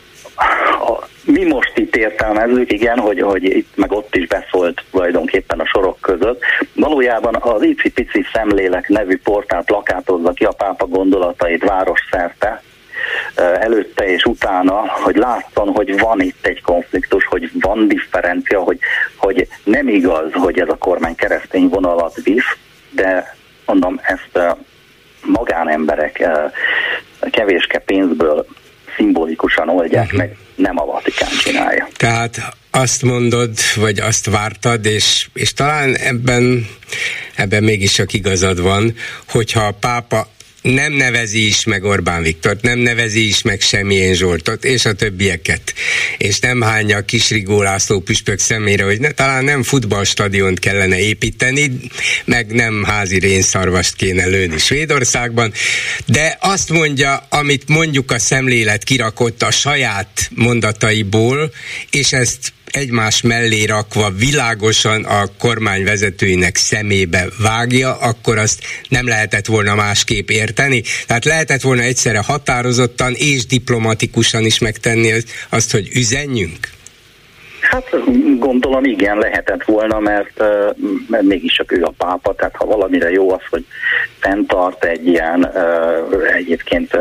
a, mi most itt értelmezzük, igen, hogy, hogy itt meg ott is beszólt tulajdonképpen a sorok között. Valójában az Icipici Szemlélek nevű portál plakátozza ki a pápa gondolatait városszerte, előtte és utána, hogy látszon, hogy van itt egy konfliktus, hogy van differencia, hogy, hogy nem igaz, hogy ez a kormány keresztény vonalat visz, de mondom, ezt magánemberek kevéske pénzből szimbolikusan oldják uh-huh. meg, nem a Vatikán csinálja. Tehát azt mondod, vagy azt vártad, és, és talán ebben, ebben mégis csak igazad van, hogyha a pápa nem nevezi is meg Orbán Viktort, nem nevezi is meg Semjén Zsoltot, és a többieket, és nem hányja a Kisrigó László püspök szemére, hogy ne, talán nem futballstadiont kellene építeni, meg nem házi rénszarvast kéne lőni Svédországban, de azt mondja, amit mondjuk a szemlélet kirakott a saját mondataiból, és ezt egymás mellé rakva világosan a kormány vezetőinek szemébe vágja, akkor azt nem lehetett volna másképp érteni. Tehát lehetett volna egyszerre határozottan és diplomatikusan is megtenni azt, hogy üzenjünk? Hát gondolom igen, lehetett volna, mert, mert mégiscsak ő a pápa, tehát ha valamire jó az, hogy fenntart egy ilyen egyébként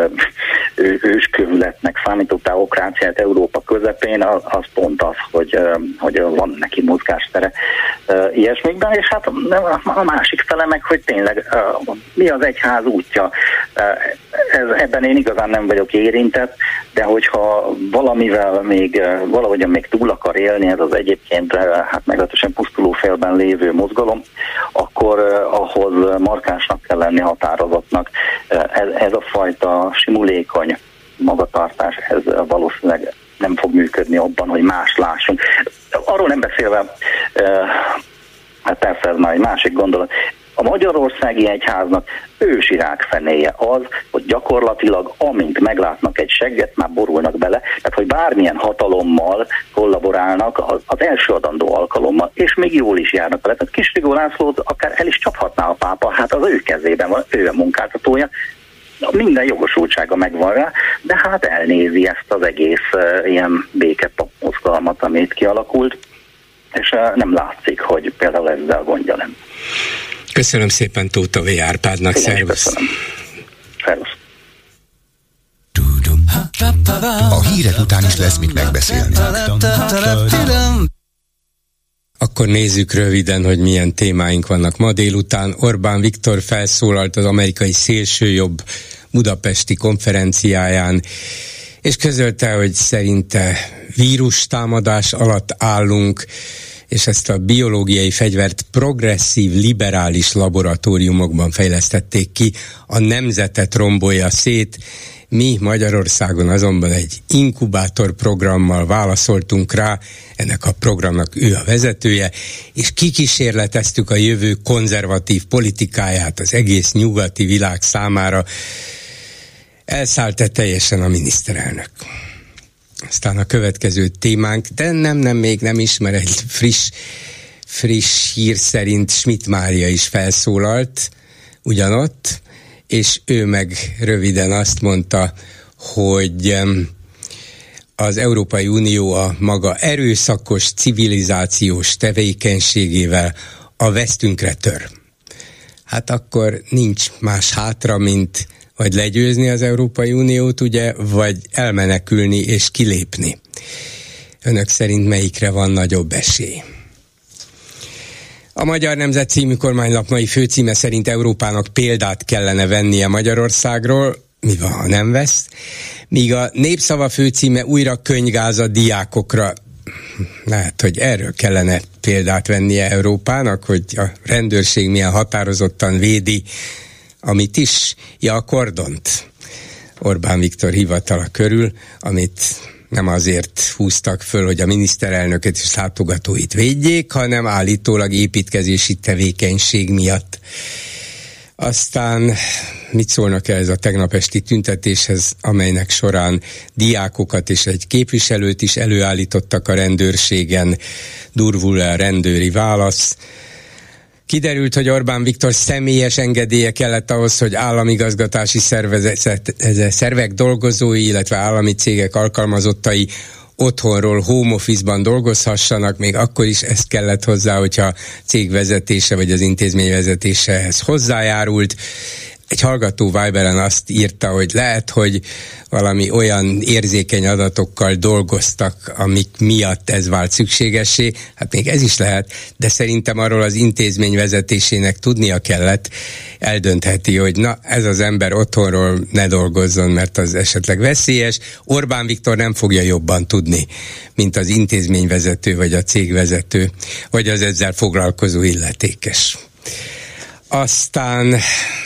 őskövületnek számító teokráciát Európa közepén, az pont az, hogy, hogy van neki mozgástere ilyesmikben, és hát a másik fele meg, hogy tényleg mi az egyház útja. Ez, ebben én igazán nem vagyok érintett, de hogyha valamivel még valahogyan még túl akar élni ez az egyébként hát meglehetősen pusztuló félben lévő mozgalom, akkor ahhoz markánsnak kell lenni, határozottnak. Ez, ez a fajta simulékony magatartás, ez valószínűleg nem fog működni abban, hogy más lássunk. Arról nem beszélve, hát persze ez már egy másik gondolat, a Magyarországi Egyháznak ősi rákfenéje az, hogy gyakorlatilag amint meglátnak egy segget, már borulnak bele, tehát hogy bármilyen hatalommal kollaborálnak az, az első adandó alkalommal, és még jól is járnak vele. Tehát Kisrigó Lászlót akár el is csaphatná a pápa, hát az ő kezében van, ő a munkáltatója, minden jogosultsága megvan rá, de hát elnézi ezt az egész uh, ilyen békepap mozgalmat, amit kialakult, és uh, nem látszik, hogy például ezzel gondja nem. Köszönöm szépen Tóta V. Árpádnak, szervusz! Szervusz! A hírek után is lesz mit megbeszélni. Akkor nézzük röviden, hogy milyen témáink vannak ma délután. Orbán Viktor felszólalt az amerikai szélsőjobb budapesti konferenciáján, és közölte, hogy szerinte vírustámadás alatt állunk, és ezt a biológiai fegyvert progresszív, liberális laboratóriumokban fejlesztették ki, a nemzetet rombolja szét. Mi Magyarországon azonban egy inkubátor programmal válaszoltunk rá, ennek a programnak ő a vezetője, és kikísérleteztük a jövő konzervatív politikáját az egész nyugati világ számára. Elszállt-e teljesen a miniszterelnök? Aztán a következő témánk, de nem, nem, még nem ismer, egy friss, friss hír szerint Schmidt Mária is felszólalt ugyanott, és ő meg röviden azt mondta, hogy az Európai Unió a maga erőszakos civilizációs tevékenységével a vesztünkre tör. Hát akkor nincs más hátra, mint vagy legyőzni az Európai Uniót, ugye, vagy elmenekülni és kilépni. Önök szerint melyikre van nagyobb esély? A Magyar Nemzet című kormánylap mai főcíme szerint Európának példát kellene vennie Magyarországról, mi van, ha nem vesz, míg a Népszava főcíme újra könygáz a diákokra. Lehet, hogy erről kellene példát vennie Európának, hogy a rendőrség milyen határozottan védi, amit is, ja, a kordont Orbán Viktor hivatala körül, amit nem azért húztak föl, hogy a miniszterelnököt és látogatóit védjék, hanem állítólag építkezési tevékenység miatt. Aztán mit szólnak ez a tegnap esti tüntetéshez, amelynek során diákokat és egy képviselőt is előállítottak a rendőrségen, durvul-e a rendőri válasz? Kiderült, hogy Orbán Viktor személyes engedélye kellett ahhoz, hogy államigazgatási szervezet, szervek dolgozói, illetve állami cégek alkalmazottai otthonról, home office-ban dolgozhassanak, még akkor is ezt kellett hozzá, hogyha cég vezetése vagy az intézmény vezetése ehhez hozzájárult. Egy hallgató Viberen azt írta, hogy lehet, hogy valami olyan érzékeny adatokkal dolgoztak, amik miatt ez vált szükségessé. Hát még ez is lehet, de szerintem arról az intézmény vezetésének tudnia kellett, eldöntheti, hogy na, ez az ember otthonról ne dolgozzon, mert az esetleg veszélyes. Orbán Viktor nem fogja jobban tudni, mint az intézményvezető, vagy a cégvezető, vagy az ezzel foglalkozó illetékes. Aztán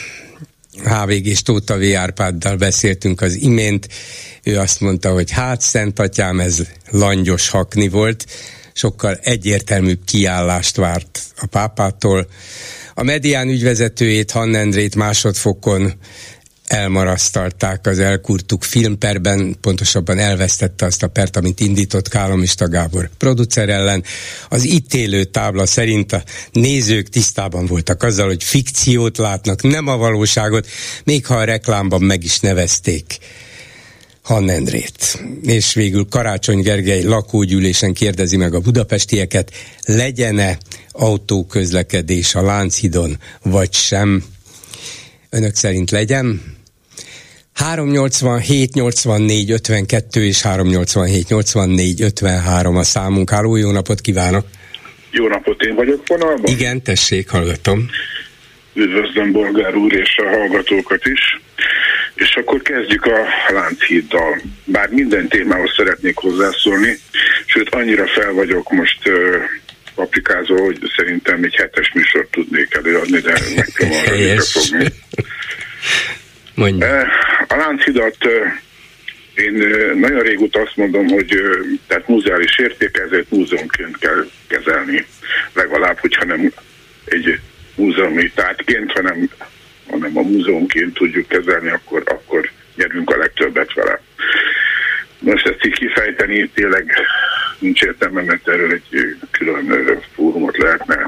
há vé gés Tóth V. Árpáddal beszéltünk az imént, ő azt mondta, hogy hát Szentatyám, ez langyos hakni volt, sokkal egyértelműbb kiállást várt a pápától. A Medián ügyvezetőjét, Hann Endrét másodfokon elmarasztalták az elkurtuk filmperben, pontosabban elvesztette azt a pert, amit indított Kálomista Gábor producer ellen. Az ítélő tábla szerint a nézők tisztában voltak azzal, hogy fikciót látnak, nem a valóságot, még ha a reklámban meg is nevezték Hann Endrét. És végül Karácsony Gergely lakógyűlésen kérdezi meg a budapestieket, legyen-e autóközlekedés a Lánchidon, vagy sem. Önök szerint legyen? három nyolcvanhét nyolcvannégy ötvenkettő és három nyolcvanhét nyolcvannégy ötvenhárom a számunk. Háló, jó napot kívánok! Jó napot, én vagyok vonalban? Igen, tessék, hallgatom. Üdvözlöm Bolgár úr és a hallgatókat is. És akkor kezdjük a Lánchíddal. Bár minden témához szeretnék hozzászólni, sőt annyira fel vagyok most uh, paprikázó, hogy szerintem egy hetes műsort tudnék előadni, de meg kell arra fogni. Mondja. A Lánchidat én nagyon régóta azt mondom, hogy tehát múzeális érték, ezért múzeumként kell kezelni. Legalább, hogyha nem egy múzeumi tárgyként, hanem, hanem a múzeumként tudjuk kezelni, akkor, akkor nyerünk a legtöbbet vele. Most ezt így kifejteni tényleg nincs értelme, mert erről egy külön fórumot lehetne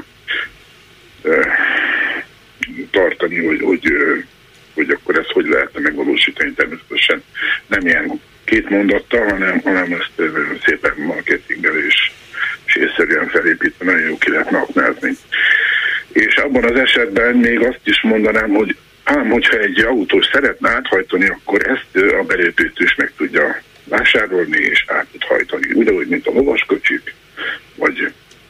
tartani, hogy, hogy, hogy akkor ezt hogy lehetne megvalósítani. Természetesen nem ilyen két mondattal, hanem, hanem ezt szépen marketinggel és, és észszerűen felépítve nagyon jó ki lehetne aknázni. És abban az esetben még azt is mondanám, hogy ám, hogyha egy autós szeretne áthajtani, akkor ezt a belépőt is meg tudja vásárolni és át tud hajtani. Ugyanúgy, mint a lovaskocsik, vagy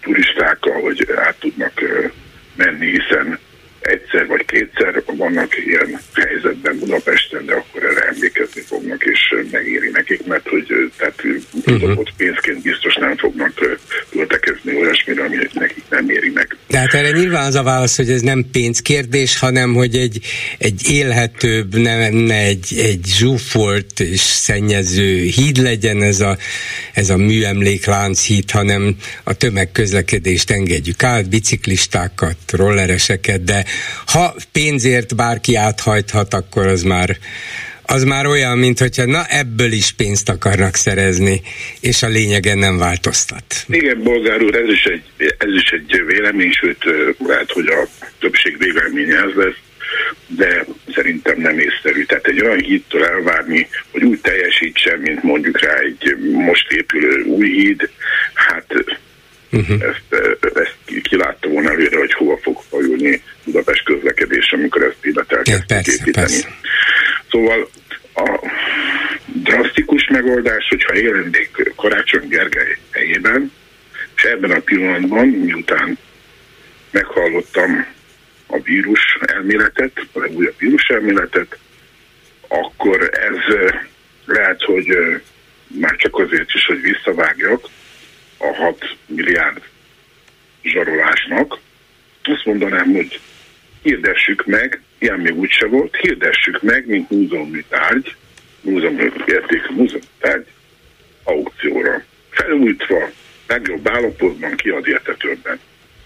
turistákkal, hogy át tudnak menni, hiszen egyszer vagy kétszer vannak ilyen helyzetben Budapesten, de akkor erre emlékezni fognak, és megéri nekik, mert hogy tehát uh-huh. ott pénzként biztos nem fognak költekezni olyasmire, ami nekik nem éri meg. De hát erre nyilván az a válasz, hogy ez nem pénzkérdés, hanem hogy egy, egy élhetőbb, ne, ne egy, egy zsúfolt és szennyező híd legyen ez a, ez a műemléklánc híd, hanem a tömegközlekedést engedjük át, biciklistákat, rollereseket, de ha pénzért bárki áthajthat, akkor az már, az már olyan, mint hogyha na ebből is pénzt akarnak szerezni, és a lényegen nem változtat. Igen, Bolgár úr, ez is egy, ez is egy vélemény, sőt lehet, hogy a többség véleménye ez lesz, de szerintem nem észszerű. Tehát egy olyan hídtől elvárni, hogy úgy teljesítsen, mint mondjuk rá egy most épülő új híd, hát uh-huh. ezt, ezt kilátta volna előre, hogy hova fog fajulni Budapest közlekedés, amikor ezt illet elkezdték építeni. Persze. Szóval a drasztikus megoldás, hogyha élennék Karácsony Gergely helyében, és ebben a pillanatban, miután meghallottam a vírus elméletet, a legújabb vírus elméletet, akkor ez lehet, hogy már csak azért is, hogy visszavágjak a hat milliárd zsarolásnak. Azt mondanám, hogy hirdessük meg, ilyen még úgyse volt, hirdessük meg, mint múzeumi tárgy, múzeumi értékű múzeumi tárgy aukcióra. Felújítva, legjobb állapotban, kiad érte többen.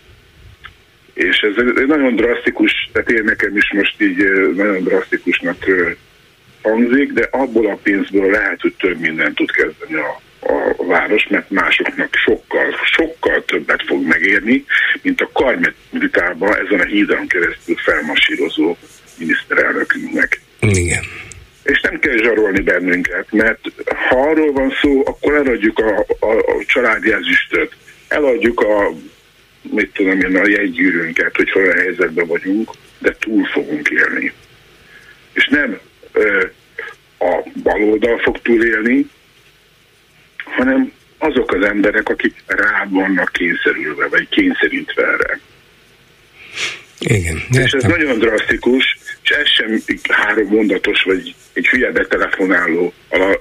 És ez nagyon drasztikus, tehát én nekem is most így nagyon drasztikusnak hangzik, de abból a pénzből lehet, hogy több mindent tud kezdeni a, a város, mert másoknak sokkal, sokkal többet fog megérni, mint a Karmelitában ezen a hídon keresztül felmasírozó miniszterelnökünknek. Igen. És nem kell zsarolni bennünket, mert ha arról van szó, akkor eladjuk a, a, a családi ezüstöt, eladjuk a mit tudom én, a jegygyűrűnket, hogy olyan helyzetben vagyunk, de túl fogunk élni. És nem ö, a baloldal fog túlélni, hanem azok az emberek, akik rá vannak kényszerülve, vagy kényszerítve erre. Igen, és ez nagyon drasztikus, és ez sem három mondatos, vagy egy hülye betelefonáló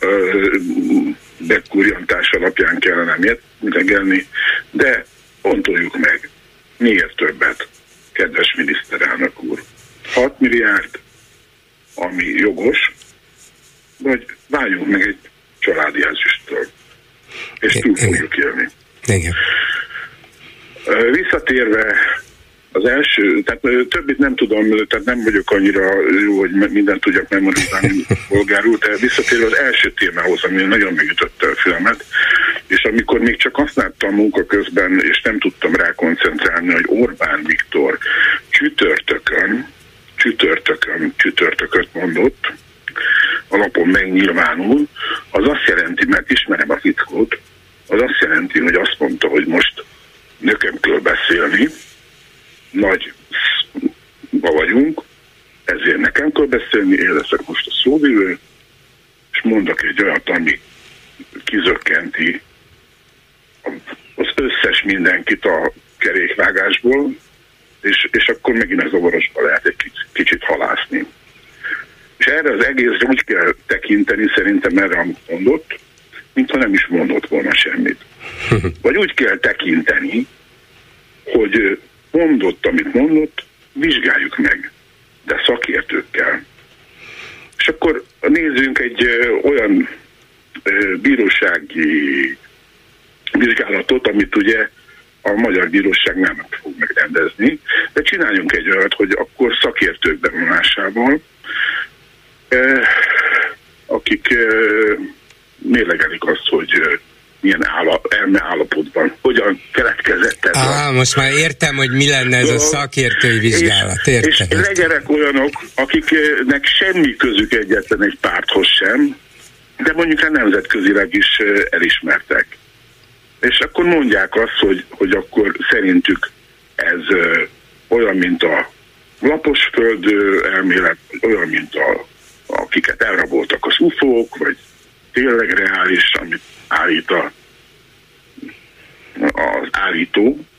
bekurjantás alapján kellene mérlegelni, de fontoljuk meg, miért többet, kedves miniszterelnök úr. hat milliárd, ami jogos, vagy váljunk meg egy családi ezüsttől, és túl fogjuk élni. Igen. Visszatérve az első, tehát többit nem tudom, tehát nem vagyok annyira jó, hogy mindent tudjak memorizálni bolgárul, de visszatérve az első témához, ami nagyon megütötte a filmet, és amikor még csak azt láttam munka közben, és nem tudtam rá koncentrálni, hogy Orbán Viktor csütörtökön, csütörtökön, csütörtököt mondott, alapon megnyilvánul, az azt jelenti, mert ismerem a fickót, az azt jelenti, hogy azt mondta, hogy most nököm kell beszélni, nagy vagyunk, ezért nekem kell beszélni, én leszek most a szóvivő, és mondok egy olyat, ami kizökkenti az összes mindenkit a kerékvágásból, és, és akkor megint az zavarosba lehet egy kicsit, kicsit halászni. És erre az egészre úgy kell tekinteni, szerintem erre, amit mondott, mintha nem is mondott volna semmit. Vagy úgy kell tekinteni, hogy mondott, amit mondott, vizsgáljuk meg, de szakértőkkel. És akkor nézzünk egy ö, olyan ö, bírósági vizsgálatot, amit ugye a magyar bíróság nem fog megrendezni, de csináljunk egy olyat, hogy akkor szakértők bevonásával, ö, akik ö, mérlegelik azt, hogy ö, milyen áll, elme állapotban, hogyan keletkezett ez. Á, most már értem, hogy mi lenne ez a szakértői vizsgálat. Értem. És, és legyenek olyanok, akiknek semmi közük egyetlen egy párthoz sem, de mondjuk a nemzetközileg is elismertek. És akkor mondják azt, hogy, hogy akkor szerintük ez olyan, mint a lapos föld elmélet, olyan, mint a, akiket elraboltak az ufók, vagy tényleg reális, amit állít a, az állító,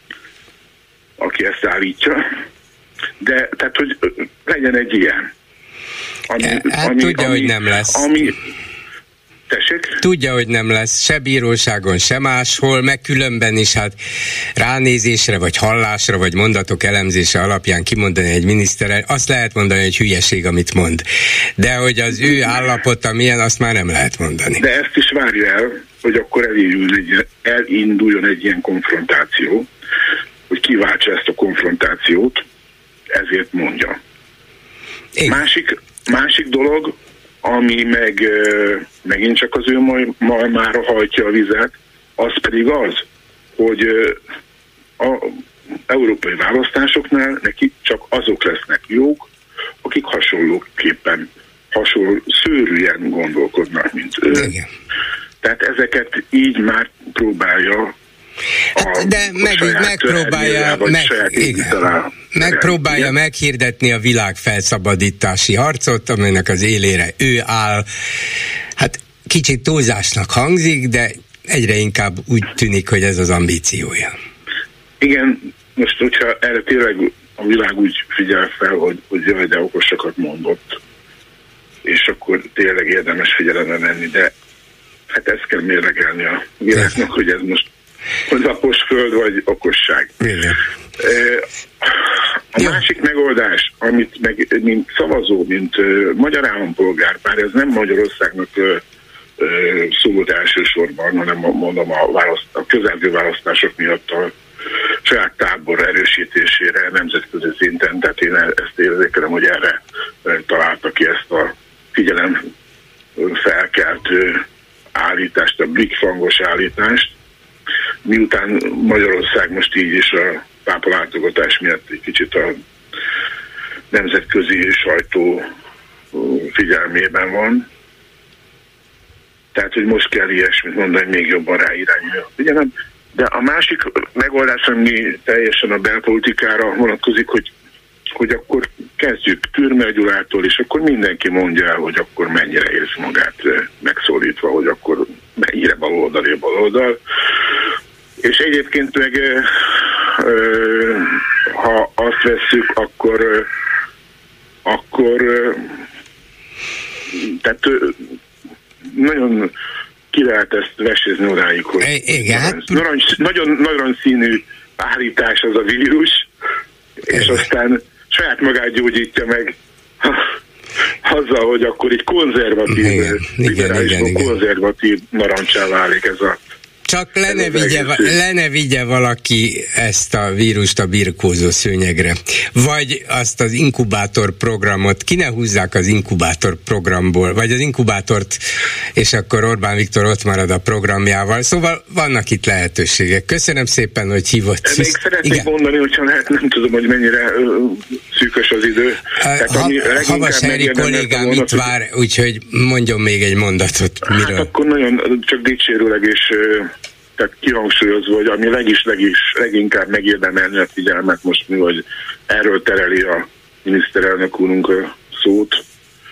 aki ezt állítja, de tehát, hogy legyen egy ilyen. Ami, hát ami, tudja, ami, hogy nem lesz. Ami, tessék? Tudja, hogy nem lesz se bíróságon, se máshol, meg különben is hát ránézésre, vagy hallásra, vagy mondatok elemzése alapján kimondani egy miniszter, azt lehet mondani, hogy hülyeség, amit mond. De hogy az ő állapota milyen, azt már nem lehet mondani. De ezt is várja el, hogy akkor elinduljon egy, elinduljon egy ilyen konfrontáció, hogy kiváltsa ezt a konfrontációt, ezért mondja. Másik, másik dolog, ami meg megint csak az ő malmára hajtja a vizet, az pedig az, hogy a európai választásoknál neki csak azok lesznek jók, akik hasonlóképpen, hasonló szőrűen gondolkodnak, mint ő. Igen. Tehát ezeket így már próbálja hát, de meg, megpróbálja meg, igen, megpróbálja igen. meghirdetni a világ felszabadítási harcot, amelynek az élére ő áll. Hát kicsit túlzásnak hangzik, de egyre inkább úgy tűnik, hogy ez az ambíciója. Igen, most hogyha erre tényleg a világ úgy figyel fel, hogy, hogy jaj, de okosakat mondott, és akkor tényleg érdemes figyelembe venni, de hát ezt kell mérlegelni a világnak, hogy ez most hogy lapos föld vagy okosság. Igen. A másik megoldás, amit meg, mint szavazó, mint uh, magyar állampolgár, bár ez nem Magyarországnak uh, uh, szólt elsősorban, hanem mondom a, választ, a közelgő választások miatt a saját tábor erősítésére nemzetközi szinten, tehát én ezt érzékelem, hogy erre uh, találta ki ezt a figyelem felkeltő állítást, a blikfangos állítást, miután Magyarország most így is a pápa látogatás miatt egy kicsit a nemzetközi sajtó figyelmében van. Tehát, hogy most kell ilyesmit mondani, még jobban ráirányulja a figyelem. De a másik megoldás, ami teljesen a belpolitikára vonatkozik, hogy, hogy akkor kezdjük Türmer Gyulától, és akkor mindenki mondja el, hogy akkor mennyire érzi magát megszólítva, hogy akkor mennyire baloldali a baloldal. És egyébként meg ha azt vesszük, akkor akkor tehát nagyon ki lehet ezt vesézni odáig, hogy igen. Narancs, nagyon nagyon színű állítás az a vírus, és igen. Aztán saját magát gyógyítja meg azzal, hogy akkor egy konzervatív, igen, liberális, igen, igen, konzervatív narancsá válik ez a Csak le ne, vigye, le ne vigye valaki ezt a vírust a birkózó szőnyegre. Vagy azt az inkubátor programot, ki ne húzzák az inkubátor programból, vagy az inkubátort, és akkor Orbán Viktor ott marad a programjával. Szóval vannak itt lehetőségek. Köszönöm szépen, hogy hívott. Még szeretnék igen. mondani, hogyha lehet, nem tudom, hogy mennyire uh, szűkös az idő. Tehát, ha, Havas Henrik kollégám volna, itt vár, úgyhogy mondjon még egy mondatot. Miről? Hát akkor nagyon csak dicsérőleg és uh, tehát kihangsúlyozva, hogy ami legis, legis, leginkább megérdemelni a figyelmet most mi, hogy erről tereli a miniszterelnök úrunk a szót,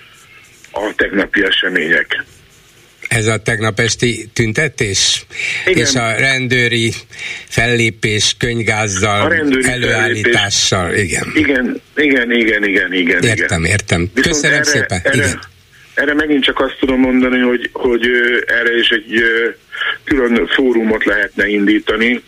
a tegnapi események. Ez a tegnap esti tüntetés? Igen. És a rendőri fellépés könygázzal, a rendőri előállítással, fellépés. igen. Igen, igen, igen, igen, igen. Értem, igen. értem. Viszont Köszönöm erre, szépen. Erre, igen. erre megint csak azt tudom mondani, hogy, hogy erre is egy külön fórumot lehetne indítani,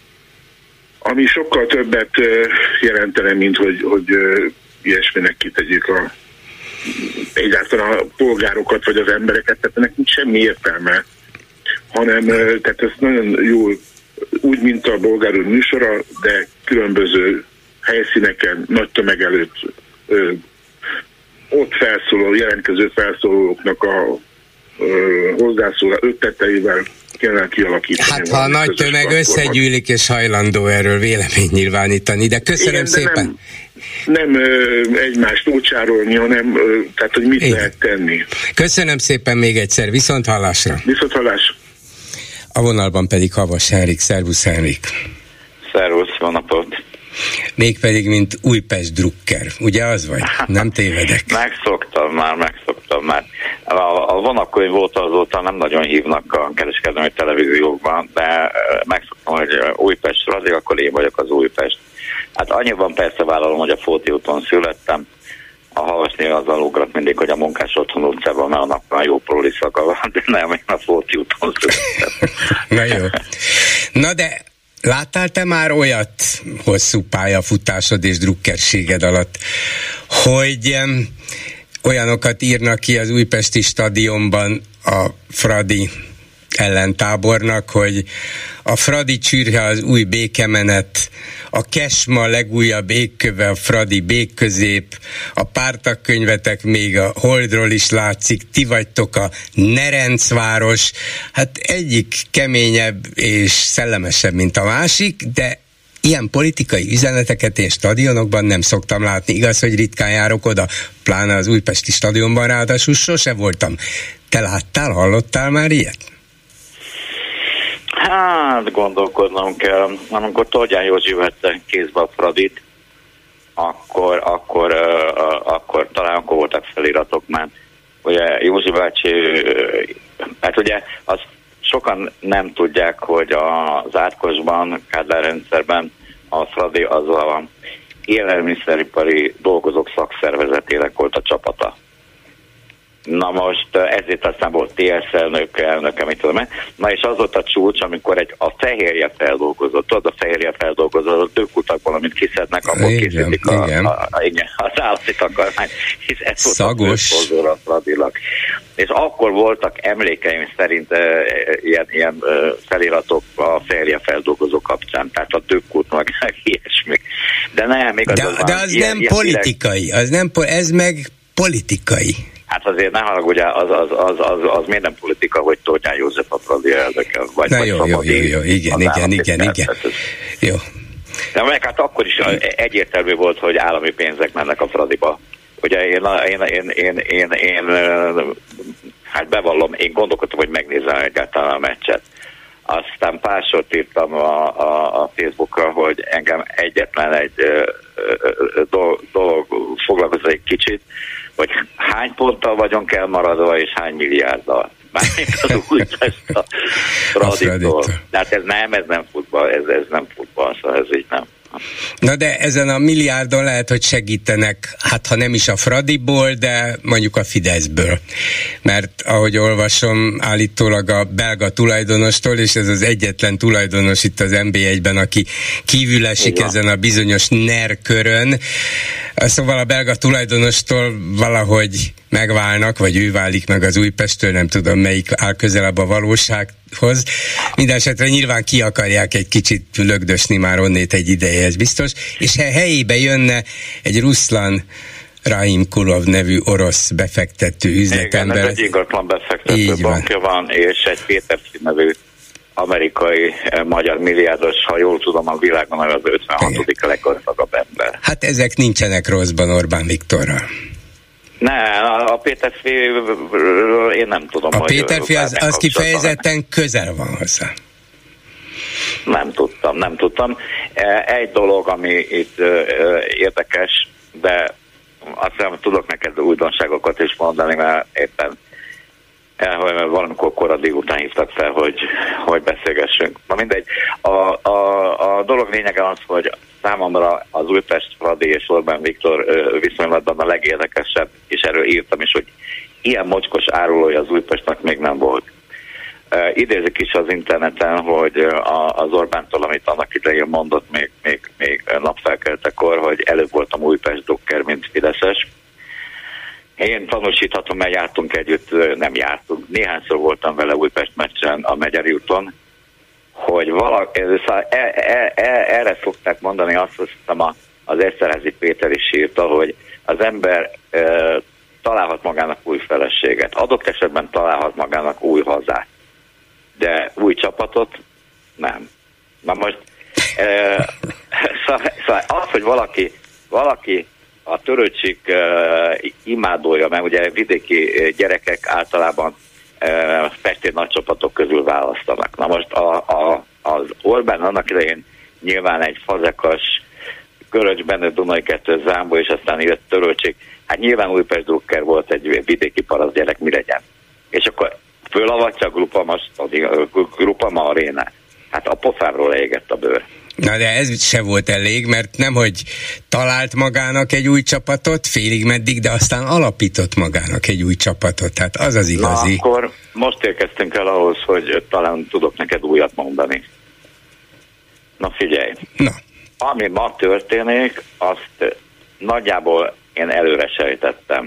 ami sokkal többet jelentene, mint hogy, hogy ilyesminek kitegyük a, egyáltalán a polgárokat vagy az embereket, tehát ennek nincs semmi értelme, hanem tehát ez nagyon jól, úgy, mint a Bolgár úr műsora, de különböző helyszíneken, nagy tömeg előtt ö, ott felszóló, jelentkező felszólóknak a ö, hozzászóló ötleteivel kellene kialakítani. Hát ha a nagy tömeg összegyűlik és hajlandó erről véleményt nyilvánítani, de köszönöm igen, szépen. Nem, nem ö, egymást úcsárolni, hanem ö, tehát, hogy mit igen. lehet tenni. Köszönöm szépen még egyszer, viszont hallásra. Viszont hallás. A vonalban pedig Havas Henrik. Szervusz Henrik. Szervusz, jó napot. Mégpedig, mint Újpest Drucker. Ugye az vagy? Nem tévedek. Megszoktam már, megszoktam már. A, a vonatkönyv volt azóta nem nagyon hívnak a kereskedelmi televíziókban, de megszoktam, hogy Újpest Radio, akkor én vagyok az Újpest. Hát annyiban persze vállalom, hogy a Fóti úton születtem. A Havasné azzal ugrat mindig, hogy a Munkás Otthon utcában, mert annak már jó proli szaka van, de nem, én a Fóti úton születtem. Na jó. Na de láttál te már olyat hosszú pályafutásod és drukkerséged alatt, hogy um, olyanokat írnak ki az újpesti stadionban a Fradi ellentábornak, hogy a Fradi csürhe az új békemenet, a Kesma legújabb égköve a Fradi békközép, a pártakkönyvetek még a Holdról is látszik, ti vagytok a Nerencváros, hát egyik keményebb és szellemesebb, mint a másik, de ilyen politikai üzeneteket én stadionokban nem szoktam látni. Igaz, hogy ritkán járok oda, pláne az újpesti stadionban, ráadásul sose voltam. Te láttál, hallottál már ilyet? Hát gondolkodnom kell. Amikor Tordján Józsi vette kézbe a Fradit, akkor, akkor, uh, akkor talán akkor voltak feliratok már. Ugye Józsi bácsi, uh, hát ugye azt sokan nem tudják, hogy az Átkosban, Kádár rendszerben a Fradi az a élelmiszeripari dolgozók szakszervezetének volt a csapata. Na most ezért aztán volt té es elnök, elnöke, mit tudom én. Na és az volt a csúcs, amikor egy, a fehérje feldolgozott, tudod, a fehérje feldolgozott, a tőkutakból, amit kiszednek, abból igen, készítik a, igen. A, a, igen, az állati takarmány, hisz ez szagos. Volt a Fradilag. És akkor voltak emlékeim szerint e, ilyen, ilyen e, feliratok a fehérje feldolgozó kapcsán, tehát a tőkút, meg ilyesmik. De nem, még az de, az, de az ilyen, nem ilyen politikai, az nem, ez meg politikai. Hát azért ne haragudj, az, az, az, az, az miért nem politika, hogy Tordján József a Fradi elnöke, vagy, Na vagy jó, jó, jó, jó, igen, igen, igen, igen. Jó. De meg hát akkor is egyértelmű volt, hogy állami pénzek mennek a Fradiba. Ugye én, én, én, én, én, én hát bevallom, én gondolkodtam, hogy megnézem egyáltalán a meccset. Aztán pár sort írtam a, a, a Facebookra, hogy engem egyetlen egy dolog, dolog foglalkozott egy kicsit, hogy hány ponttal vagyunk elmaradva, és hány milliárddal. Mármint az Újpest a Fraditól. Tehát ez nem, ez nem futball, ez, ez nem futball, szóval ez így nem. Na de ezen a milliárdon lehet, hogy segítenek, hát ha nem is a Fradiból, de mondjuk a Fideszből. Mert ahogy olvasom, állítólag a belga tulajdonostól, és ez az egyetlen tulajdonos itt az en bé egyben, aki kívül esik ezen a bizonyos en e er körön. Szóval a belga tulajdonostól valahogy megválnak, vagy ő válik meg az Újpesttől, nem tudom melyik áll közelebb a valósághoz. Mindenesetre nyilván ki akarják egy kicsit lögdösni már onnét egy ideje, ez biztos. És ha helyébe jönne egy Ruszlan Rahimkulov nevű orosz befektető üzletember. Igen, ez egy ingatlan befektető bankja van, és egy Péter nevű amerikai magyar milliárdos, ha jól tudom, a világon az ötvenhatodik a leggazdagabb ember. Hát ezek nincsenek rosszban Orbán Viktorral. Ne, a Péterfi, én nem tudom. A Péterfi az, az kifejezetten közel van hozzá. Nem tudtam, nem tudtam. Egy dolog, ami itt érdekes, de azt hiszem, tudok neked újdonságokat is mondani, mert éppen valamikor kora délután hívtak fel, hogy, hogy beszélgessünk. Na mindegy, a, a, a dolog lényege az, hogy számomra az Újpest, Fradi és Orbán Viktor viszonylatban a legérdekesebb, és erről írtam is, hogy ilyen mocskos árulója az Újpestnek még nem volt. Uh, idézik is az interneten, hogy a, az Orbántól, amit annak idején mondott még, még, még napfelkeltekor, hogy előbb voltam Újpest dokker, mint fideszes. Én tanúsíthatom, mert jártunk együtt, nem jártunk. Néhányszor voltam vele Újpest meccsen a Megyeri úton, hogy valaki, szóval e, e, e, erre szokták mondani, azt hiszem az Eszterházy Péter is írta, hogy az ember e, találhat magának új feleséget, adott esetben találhat magának új hazát, de új csapatot nem. Na most e, szóval, szóval az, hogy valaki, valaki a Törőcsik uh, imádója, mert ugye vidéki gyerekek általában uh, festén nagy csapatok közül választanak. Na most a, a, az Orbán annak idején nyilván egy fazekas, Göröcsben, a Dunai kettő Zámbó, és aztán jött Törőcsik. Hát nyilván Újpest drukker volt, egy vidéki parasz gyerek, mi legyen. És akkor fölavatja a Grupama, a Grupama arénát. Hát a pofámról égett a bőr. Na de ez se volt elég, mert nemhogy talált magának egy új csapatot, félig meddig, de aztán alapított magának egy új csapatot, tehát az az igazi. Na akkor most érkeztünk el ahhoz, hogy talán tudok neked újat mondani. Na figyelj, Na. ami ma történik, azt nagyjából én előre sejtettem.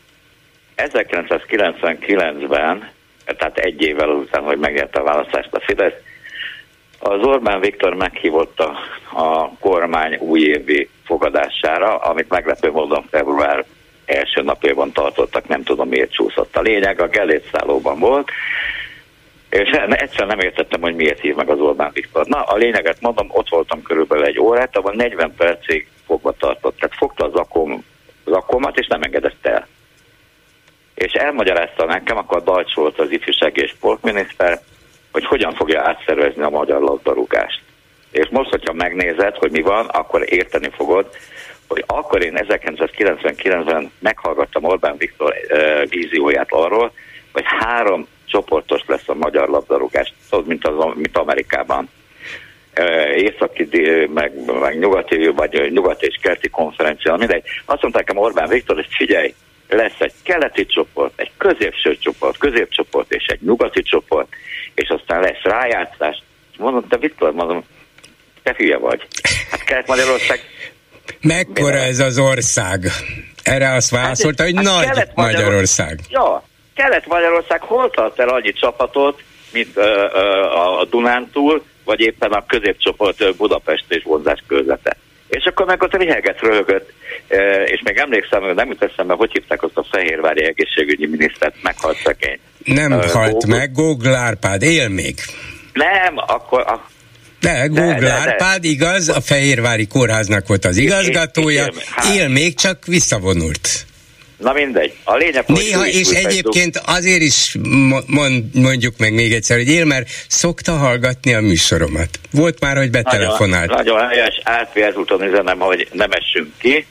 ezerkilencszázkilencvenkilencben, tehát egy évvel azután, hogy megnyerte a választást a Fidesz, az Orbán Viktor meghívott a, a kormány újévi fogadására, amit meglepő módon február első napjában tartottak, nem tudom miért csúszott. A lényeg a Gellért szállóban volt, és egyszer nem értettem, hogy miért hív meg az Orbán Viktor. Na, a lényeget mondom, ott voltam körülbelül egy órát, abban negyven percig fogva tartott. Tehát fogta az akom, az akomat, és nem engedett el. És elmagyarázta nekem, akkor Dajcs volt az ifjúsági és sportminiszter, hogy hogyan fogja átszervezni a magyar labdarúgást. És most, hogyha megnézed, hogy mi van, akkor érteni fogod, hogy akkor én ezerkilencszázkilencvenkilencben meghallgattam Orbán Viktor uh, vízióját arról, hogy három csoportos lesz a magyar labdarúgás, tudod, mint, az, mint Amerikában. Uh, északi, meg, meg nyugati, vagy nyugati és keleti konferencia, mindegy. Azt mondták nekem Orbán Viktor, hogy figyelj, lesz egy keleti csoport, egy középső csoport, középcsoport és egy nyugati csoport, és aztán lesz rájátszás. Mondom, de Viktor, mondom, te hülye vagy. Hát Kelet-Magyarország... Mekkora ez az ország? Erre azt válaszolta, hát, hogy hát nagy Magyarország. Ja, Kelet-Magyarország hol tart el annyi csapatot, mint ö, ö, a Dunántúl, vagy éppen a középcsoport Budapest és vonzás körzete. És akkor meg ott riheget röhögött, és még emlékszem, hogy nem jut eszembe, hogy hívták azt a fehérvári egészségügyi minisztert, meghalt szegény. Nem uh, halt Gógl... meg, Gógl Árpád, él még. Nem, akkor... A... De, Gógl Árpád, igaz, a Fehérvári Kórháznak volt az igazgatója, é, é, é, él még, csak visszavonult. Na mindegy. A lényeg, néha, és egyébként dug... azért is mond, mondjuk meg még egyszer, hogy él, mert szokta hallgatni a műsoromat. Volt már, hogy betelefonált. Nagyon, nagyon helyes, átvé ezúton üzenem, hogy nem essünk ki.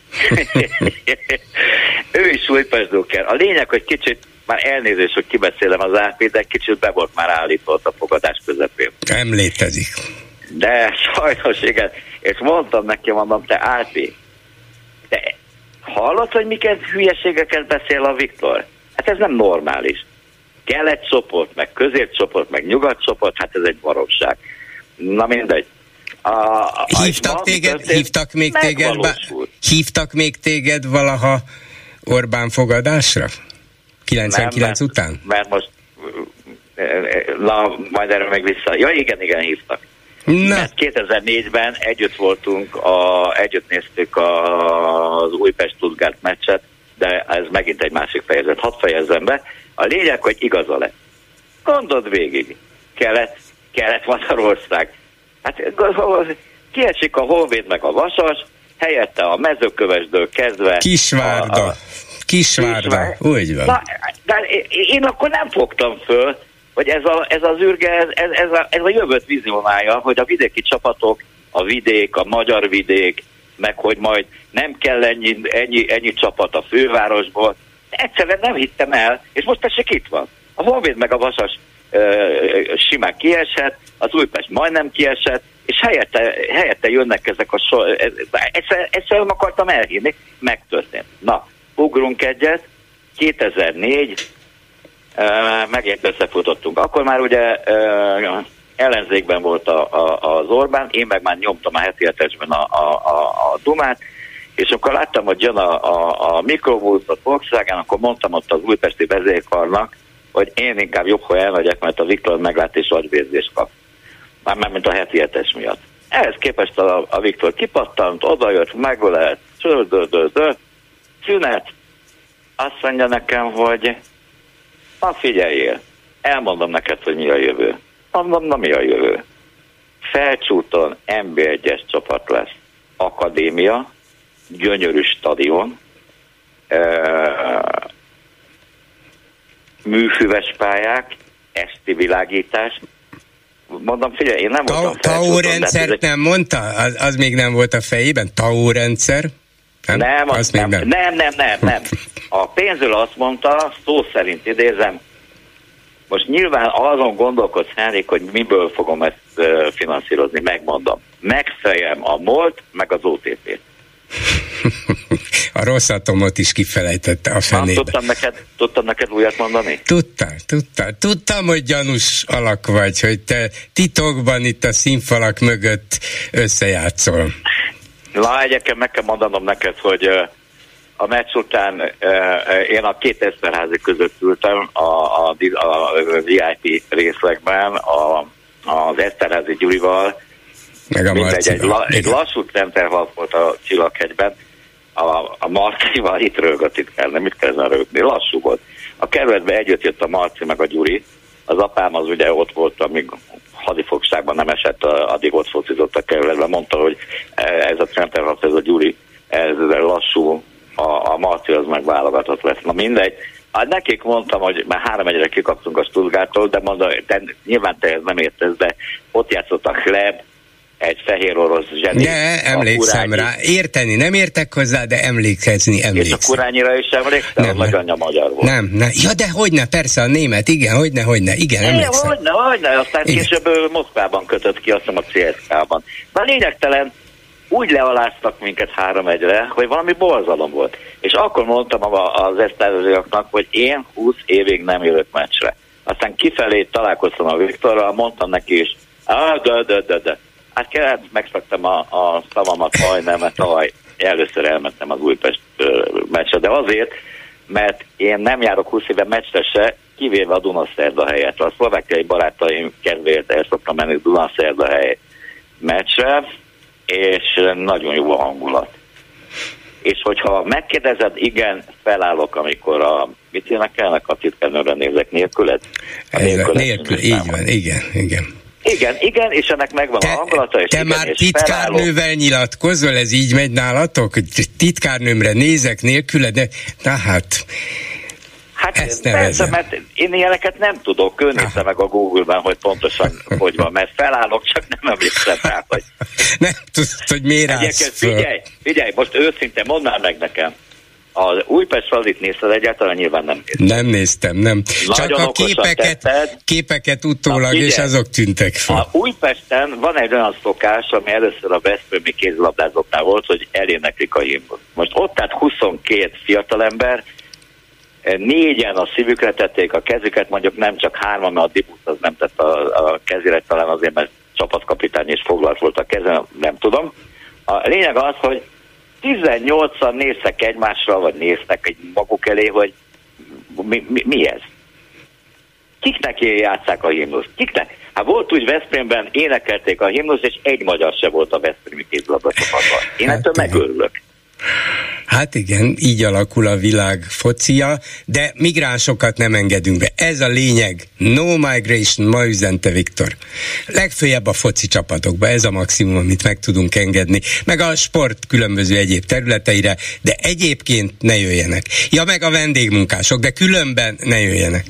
Ő is Újpest Drucker. A lényeg, hogy kicsit, már elnézést, hogy kibeszélem az átvé, de kicsit be volt már állított a fogadás közepén. Nem létezik. De sajnos, igen. És mondtam neki, mondom, te átvé, te hallod, hogy miket hülyeségeket beszél a Viktor? Hát ez nem normális. Kelet-csoport, meg középcsoport, meg nyugat-csoport, hát ez egy baromság. Na mindegy. A, a, hívtak, téged, hívtak, még téged, bá, hívtak még téged valaha Orbán fogadásra? kilencvenkilenc nem, után? Mert, mert most, na, majd erre meg vissza. Ja, igen, igen, hívtak. Na. Mert kétezer-négyben együtt voltunk, a, együtt néztük a, az Újpest-Stuttgart meccset, de ez megint egy másik fejezet. Hadd fejezzem be. A lényeg, hogy igaza lett. Gondold végig. Kelet, Kelet-Magyarország. Hát kiesik a Honvéd meg a Vasas, helyette a Mezőkövesdől kezdve... Kisvárda. A, a, Kisvárda, Kisvárda. Úgy van. Na, de én akkor nem fogtam föl, hogy ez, a, ez az űrge, ez, ez, ez, a, ez a jövőt vizionálja, hogy a vidéki csapatok, a vidék, a magyar vidék, meg hogy majd nem kell ennyi, ennyi, ennyi csapat a fővárosból. Egyszerűen nem hittem el, és most tessék itt van. A Honvéd meg a Vasas ö, simán kiesett, az Újpest majdnem kiesett, és helyette, helyette jönnek ezek a so... Egyszer, egyszer nem akartam elhinni, megtörtént. Na, ugrunk egyet, kétezer-négy, uh, megint összefutottunk. Akkor már ugye uh, ellenzékben volt a, a, az Orbán, én meg már nyomtam a heti hetesben a, a, a, a Dumát, és akkor láttam, hogy jön a, a, a Mikrobus, a Volkswagen, akkor mondtam ott az újpesti vezérkarnak, hogy én inkább jobb, ha elmegyek, mert a Viktor meglát és agyvérzést kap. Már, már mint a heti hetes miatt. Ehhez képest a, a Viktor kipattant, odajött, megölelt, csődödödö, szünet. Azt mondja nekem, hogy na figyeljél, elmondom neked, hogy mi a jövő. Mondom, na mi a jövő? Felcsúton em bé egyes csapat lesz. Akadémia, gyönyörű stadion, műfüves pályák, esti világítás. Mondom, figyelj, én nem voltam felcsúton. té á o rendszert ezek... nem mondta? Az, az még nem volt a fejében? té á o rendszer? Nem, nem, az nem, nem. nem, nem, nem, nem. A pénzről azt mondta, szó szerint idézem, most nyilván azon gondolkodsz, Henrik, hogy miből fogom ezt finanszírozni, megmondom. Megfejem a MOL-t, meg az o té pét. A Rosatomot is kifelejtette a fenébe. Nem tudtam neked, tudtam neked újat mondani? Tudtál, tudtál. Tudtam, hogy gyanús alak vagy, hogy te titokban itt a színfalak mögött összejátszol. Na, egyébként meg kell mondanom neked, hogy a meccs után én a két Eszterházy között ültem a, a, a vé i pé részlegben a, az Eszterházy Gyurival. Meg a Mindegy, egy, la, egy lassú centerhalf volt a Csillaghegyben, a, a Marcival itt rög a titkár, nem itt kezden rögni, lassú volt. A kerületben együtt jött a Marci meg a Gyuri, az apám az ugye ott volt, amíg hadifogságban nem esett, addig ott focizott a kerületben, mondta, hogy ez a centerhalf, ez a Gyuri, ez lassú, a, a Marci az meg válogatott lesz. Na mindegy, hát nekik mondtam, hogy már három egyre kikaptunk a Stuttgarttól, de mondom, te, nyilván te ez nem értesz, de ott játszott a Kleb, egy fehér orosz zseni. Ne, emlékszem rá. Érteni nem értek hozzá, de emlékezni emlékszem. És a Kurányira is emlékszel? Nem, a nagyanyja magyar volt. Nem, nem. Ja, de hogyne, persze a német, igen, hogyne, hogyne, igen, emlékszem. Hogyne, hogyne, aztán igen. Később Moszkvában kötött ki, azt hiszem a cé es ká-ban. Már lényegtelen, úgy lealáztak minket három egyre, hogy valami borzalom volt. És akkor mondtam az eszterháziaknak, hogy én húsz évig nem jövök meccsre. Aztán kifelé találkoztam a Viktorral, mondtam neki is, ah, de, de, de, de. Hát kellett, megszaktam a, a szavamat majdnem, mert tavaly először elmentem az Újpest meccsre, de azért, mert én nem járok húsz éve meccsre se, kivéve a Dunaszerdahelyet. A szlovákiai barátaim kedvéért el szoktam menni Dunaszerdahely meccsre, és nagyon jó a hangulat. És hogyha megkérdezed, igen, felállok, amikor a mit énekelnek, a titkárnőre nézek nélküled. Nélkül, nélkül így van, igen, igen. Igen, igen, és ennek megvan te, a hangulata. És te igen, már és titkárnővel felállok. Nyilatkozol, ez így megy nálatok? Titkárnőmre nézek nélküled? De, na hát... Hát persze, mert én ilyeneket nem tudok, ő nézze meg a Google-ben, hogy pontosan hogy van, mert felállok, csak nem emlékszem rá, hogy... Nem tudod, hogy miért állsz föl. Figyelj, figyelj, most őszintén, mondd már meg nekem. Az Újpest Frazit nézted egyáltalán, nyilván nem néztem. Nem néztem, nem. Csak Nagyon a képeket, képeket utólag, na, és azok tűntek fel. A Újpesten van egy olyan szokás, ami először a veszprémi kézilabdázóknál volt, hogy eléneklik a himnuszt. Most ott állt huszonkét fiatalember, négyen a szívükre tették a kezüket, mondjuk nem csak hárman, mert a Dibusz az nem tett a, a kezére, talán azért, mert csapatkapitány és foglalt volt a kezem, nem tudom. A lényeg az, hogy tizennyolcan néztek egymásra, vagy néztek egy maguk elé, hogy mi, mi, mi ez? Kiknek játsszák a himnuszt? Kiknek? Hát volt úgy Veszprémben, énekelték a himnuszt, és egy magyar se volt a veszprémi kézilabda csapatban. Én ettől hát, megörülök. Hát igen, így alakul a világ focia, de migránsokat nem engedünk be. Ez a lényeg. No migration, ma üzente Viktor. Legfőjebb a foci csapatokba, ez a maximum, amit meg tudunk engedni. Meg a sport különböző egyéb területeire, de egyébként ne jöjjenek. Ja, meg a vendégmunkások, de különben ne jöjjenek.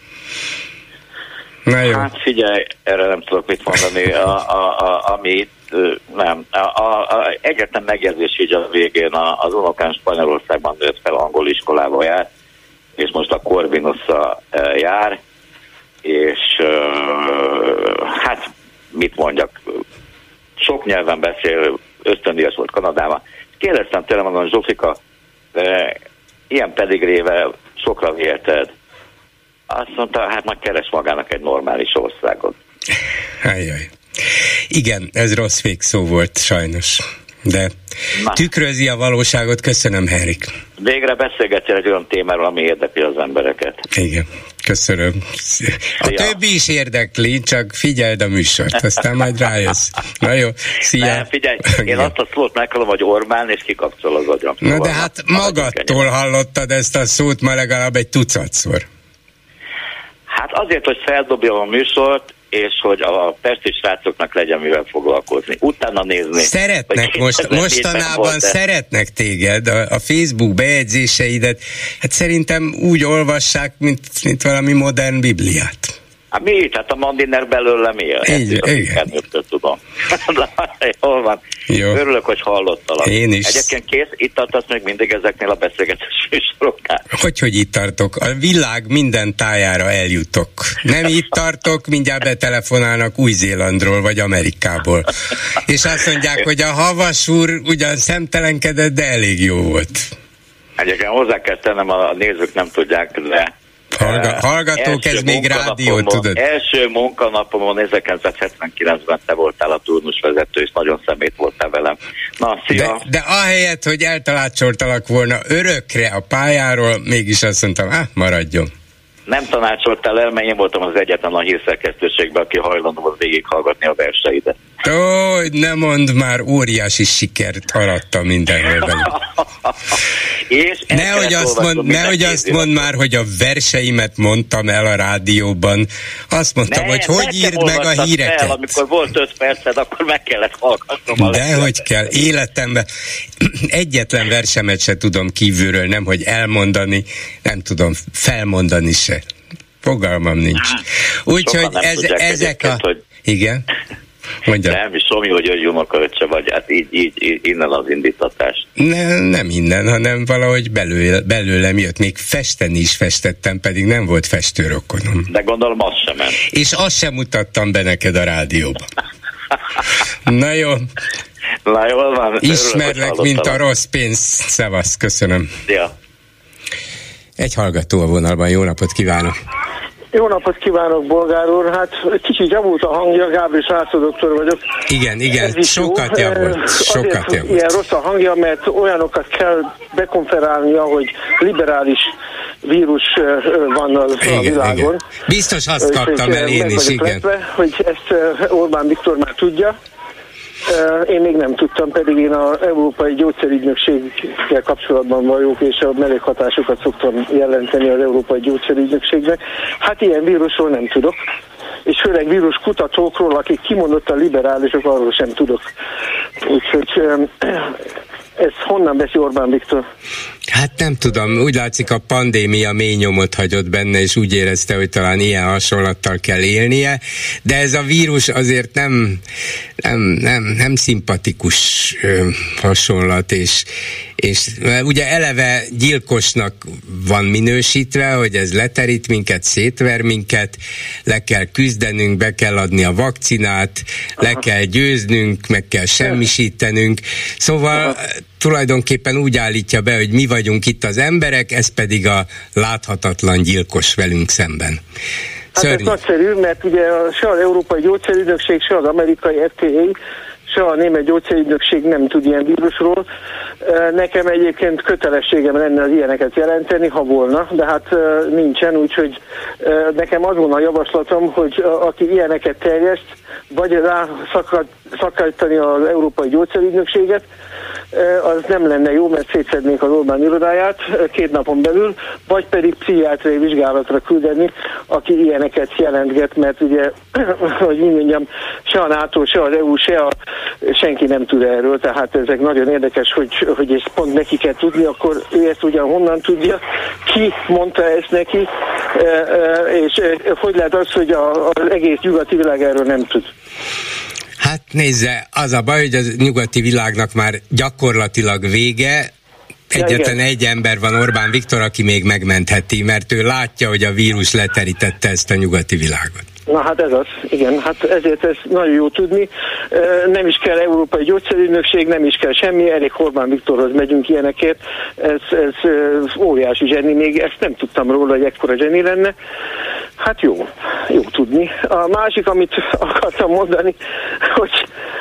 Na jó. Hát figyelj, erre nem tudok mit mondani, a, a, a, ami nem. A, a, a, egyetlen megjegyzés így a végén, a, az unokán Spanyolországban nőtt fel, angol iskolába jár, és most a Corvinusszal e, jár, és e, hát mit mondjak, sok nyelven beszél, ösztöndíjas volt Kanadában. Kérdeztem tőlem magam, Zsófika, e, ilyen pedigrével sokra vélted. Azt mondta, hát majd keres magának egy normális országot. Ajjaj. Igen, ez rossz végszó volt, sajnos. De na, tükrözi a valóságot. Köszönöm, Henrik. Végre beszélgettél egy olyan témáról, ami érdekli az embereket. Igen, köszönöm. A szia. Többi is érdekli, csak figyeld a műsort, aztán majd rájössz. Na jó, szia. Nem, figyelj, én azt a szót meghallom, hogy Orbán, és kikapcsol az agyam. Na de hát magadtól hallottad ezt a szót ma legalább egy tucatszor. Hát azért, hogy feldobjam a műsort, és hogy a pesti srácoknak legyen mivel foglalkozni. Utána nézni. Szeretnek most, mostanában szeretnek téged, a, a Facebook bejegyzéseidet, hát szerintem úgy olvassák, mint, mint valami modern bibliát. Hát mi? Tehát a Mandiner belőle mi? Igen. Tudom. Hol van? Jó. Örülök, hogy hallottalak. Én is. Egyébként kész, itt tartasz még mindig ezeknél a beszélgetés műsoroknál. Hogyhogy itt tartok? A világ minden tájára eljutok. Nem itt tartok, mindjárt betelefonálnak Új-Zélandról vagy Amerikából. És azt mondják, hogy a Havas úr ugyan szemtelenkedett, de elég jó volt. Egyébként hozzá kell tennem, a nézők nem tudják, de Hallga, hallgatók, ez még rádió, tudod? Első munkanapomon ezerkilencszázhetvenkilencben te voltál a turnusvezető, és nagyon szemét voltál velem. Na, szia! De, de ahelyett, hogy eltanácsoltalak volna örökre a pályáról, mégis azt mondtam, ah, maradjon. Nem tanácsoltál el, mert én voltam az egyetlen a hírszerkesztőségben, aki hajlandó volt végighallgatni a verseidet. Ó, ne mondd már, óriási sikert arattam mindenhol velem. Nehogy azt mond, nehogy azt mond már, hogy a verseimet mondtam el a rádióban. Azt mondtam, ne, hogy hogy írd meg a híreket. Fel, amikor volt öt perced, akkor meg kellett hallgatnom a Dehogy kell, életemben egyetlen versemet se tudom kívülről, nem hogy elmondani, nem tudom felmondani se. Fogalmam nincs. Úgyhogy ez, ezek a... Hogy... Igen? Mondjam. Nem, Somi, hogy ő unokaöccse vagy, hát így, így, így, innen az indítatás. Ne, nem innen, hanem valahogy belőle, belőlem jött. Még festeni is festettem, pedig nem volt festőrokonom. De gondolom az sem ment. És azt sem mutattam be neked a rádióba. Na jó. Na jól van. Ismerlek, mint a rossz pénz. Szevasz, köszönöm. Ja. Egy hallgató a vonalban, jó napot kívánok. Jó napot kívánok, Bolgár úr. Hát kicsit javult a hangja, Gábor Sászló doktor vagyok. Igen, igen, sokat jó. javult. Sokat Azért javult. Ilyen rossz a hangja, mert olyanokat kell bekonferálnia, hogy liberális vírus van a igen, világon. Igen. Biztos azt kaptam el én is, igen. Lepve, hogy ezt Orbán Viktor már tudja. Én még nem tudtam, pedig én az Európai Gyógyszerügynökséggel kapcsolatban vagyok, és a mellékhatásokat szoktam jelenteni az Európai Gyógyszerügynökségnek. Hát ilyen vírusról nem tudok, és főleg vírus kutatókról, akik kimondottan liberálisok, arról sem tudok. Úgyhogy ezt honnan veszi Orbán Viktor? Hát nem tudom, úgy látszik a pandémia mély nyomot hagyott benne, és úgy érezte, hogy talán ilyen hasonlattal kell élnie, de ez a vírus azért nem, nem, nem, nem szimpatikus ö, hasonlat, és, és ugye eleve gyilkosnak van minősítve, hogy ez leterít minket, szétver minket, le kell küzdenünk, be kell adni a vakcinát, le Aha. kell győznünk, meg kell semmisítenünk, szóval Aha. tulajdonképpen úgy állítja be, hogy mi vagyunk itt az emberek, ez pedig a láthatatlan gyilkos velünk szemben. Hát ez nagyszerű, mert ugye se az Európai Gyógyszerügynökség, se az amerikai F D A, se a német gyógyszerügynökség nem tud ilyen vírusról. Nekem egyébként kötelességem lenne az ilyeneket jelenteni, ha volna, de hát nincsen, úgyhogy nekem az volna a javaslatom, hogy aki ilyeneket terjeszt, vagy rá szakítani az Európai Gyógyszerügynökséget, az nem lenne jó, mert szétszednék az Orbán irodáját két napon belül, vagy pedig pszichiátriai vizsgálatra küldeni, aki ilyeneket jelentget, mert ugye, hogy úgy mondjam, se a NATO, se az E U, se a, senki nem tud erről, tehát ezek nagyon érdekes, hogy, hogy ezt pont neki kell tudni, akkor ő ezt ugyan honnan tudja, ki mondta ezt neki, és hogy lehet az, hogy az egész nyugati világ erről nem tud. Hát nézze, az a baj, hogy a nyugati világnak már gyakorlatilag vége, egyetlen ja, egy ember van, Orbán Viktor, aki még megmentheti, mert ő látja, hogy a vírus leterítette ezt a nyugati világot. Na hát ez az, igen, hát ezért ez nagyon jó tudni. Nem is kell Európai Gyógyszerügynökség, nem is kell semmi, elég Orbán Viktorhoz megyünk ilyenekért. Ez, ez óriási zseni, még ezt nem tudtam róla, hogy ekkora zseni lenne. Hát jó, jó tudni. A másik, amit akartam mondani, hogy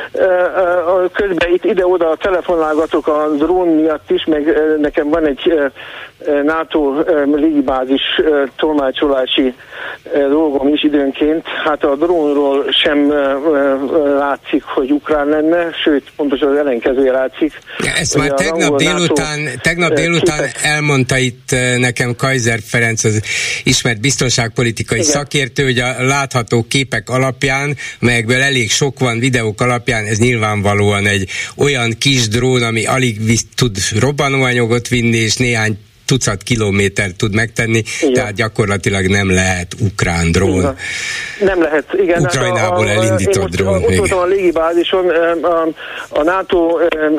közben itt ide-oda telefonálgatok a drón miatt is, meg nekem van egy NATO légibázis tolmácsolási dolgom is időnként. Hát a drónról sem látszik, hogy ukrán lenne, sőt, pontosan az ellenkezője látszik. Ja, ezt már tegnap délután, tegnap délután elmondta itt nekem Kaiser Ferenc, az ismert biztonságpolitikai Igen. szakértő, hogy a látható képek alapján, melyekből elég sok van videók alapján, ez nyilvánvalóan egy olyan kis drón, ami alig visz, tud robbanóanyagot vinni, és néhány tucat kilométert tud megtenni, igen. Tehát gyakorlatilag nem lehet ukrán drón. Igen. Nem lehet, igen. Ukrajnából hát a, a, elindított drón. Ott voltam a légibázison, a, a NATO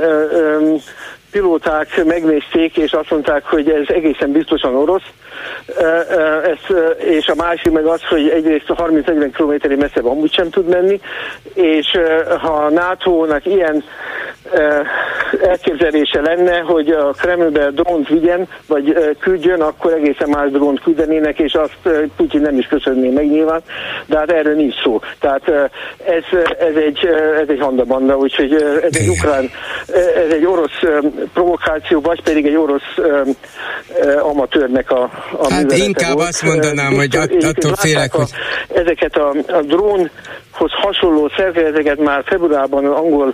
pilóták megnézték, és azt mondták, hogy ez egészen biztosan orosz. Ez, és a másik meg az, hogy egyrészt a harminc-negyven kilométeri messzebb amúgy sem tud menni, és ha a nátónak ilyen elképzelése lenne, hogy a Kremlbe drónt vigyen, vagy küldjön, akkor egészen más drónt küldenének, és azt Putyin nem is köszönné meg nyilván, de hát erről nincs szó. Tehát ez, ez egy, ez egy handabanda, úgyhogy ez egy ukrán, ez egy orosz provokáció, vagy pedig egy orosz amatőrnek a, a hát inkább volt. Azt mondanám, hogy att, attól félek, hogy... A, ezeket a, a drónhoz hasonló szerkezeteket már februárban az angol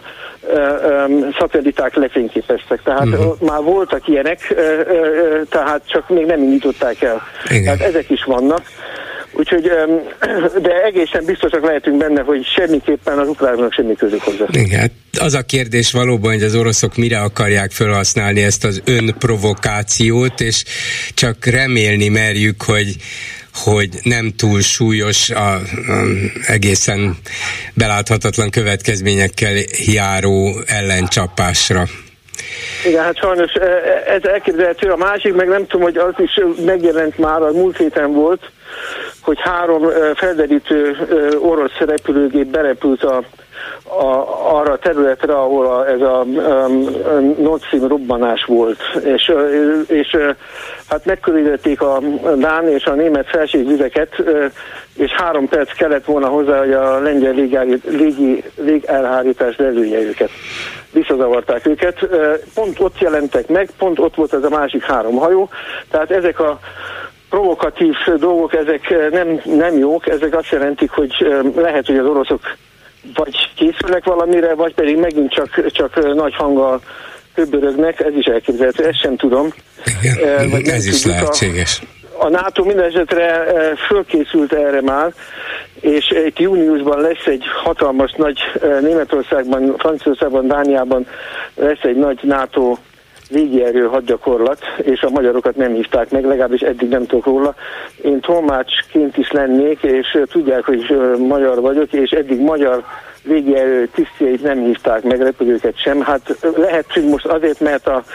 um, szatelliták lefényképeztek. Tehát uh-huh. már voltak ilyenek, uh, uh, tehát csak még nem indították el. Igen. Tehát ezek is vannak. Úgyhogy, de egészen biztosak lehetünk benne, hogy semmiképpen az ukránoknak semmi közük hozzá. Igen, az a kérdés valóban, hogy az oroszok mire akarják felhasználni ezt az önprovokációt, és csak remélni merjük, hogy hogy nem túl súlyos, a, a egészen beláthatatlan következményekkel járó ellencsapásra. Igen, hát sajnos ez elképzelhető. A másik, meg nem tudom, hogy az is megjelent már, a múlt héten volt, hogy három felderítő orosz repülőgép berepült a, a, arra a területre, ahol a, ez a um, Nord Stream robbanás volt. És, és hát megkörülötték a dán és a német felségvizeket, és három perc kellett volna hozzá, hogy a lengyel légi, légelhárítás lelője őket. Visszazavarták őket. Pont ott jelentek meg, pont ott volt ez a másik három hajó. Tehát ezek a provokatív dolgok, ezek nem, nem jók, ezek azt jelentik, hogy lehet, hogy az oroszok vagy készülnek valamire, vagy pedig megint csak, csak nagy hanggal köbörögnek, ez is elképzelhető, ezt sem tudom. Igen, vagy ez is lehetséges. A, a NATO minden esetre fölkészült erre már, és itt júniusban lesz egy hatalmas nagy, Németországban, Franciaországban, Dániában lesz egy nagy NATO légierő hadgyakorlat, és a magyarokat nem hívták meg, legalábbis eddig nem tudok róla. Én tolmácsként is lennék, és tudják, hogy magyar vagyok, és eddig magyar légierő tisztjeit nem hívták meg, repülőket sem. Hát lehet, hogy most azért, mert a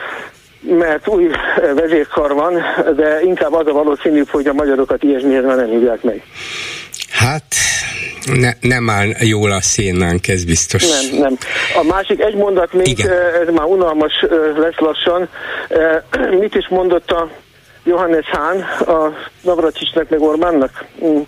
mert új vezérkar van, de inkább az a valószínűbb, hogy a magyarokat ilyesmihez már nem hívják meg. Hát ne, nem áll jól a szénánk, ez biztos. Nem, nem. A másik egy mondat még, igen. Ez már unalmas lesz lassan. Mit is mondott a Johannes Hahn a Navracsicsnak meg Orbánnak?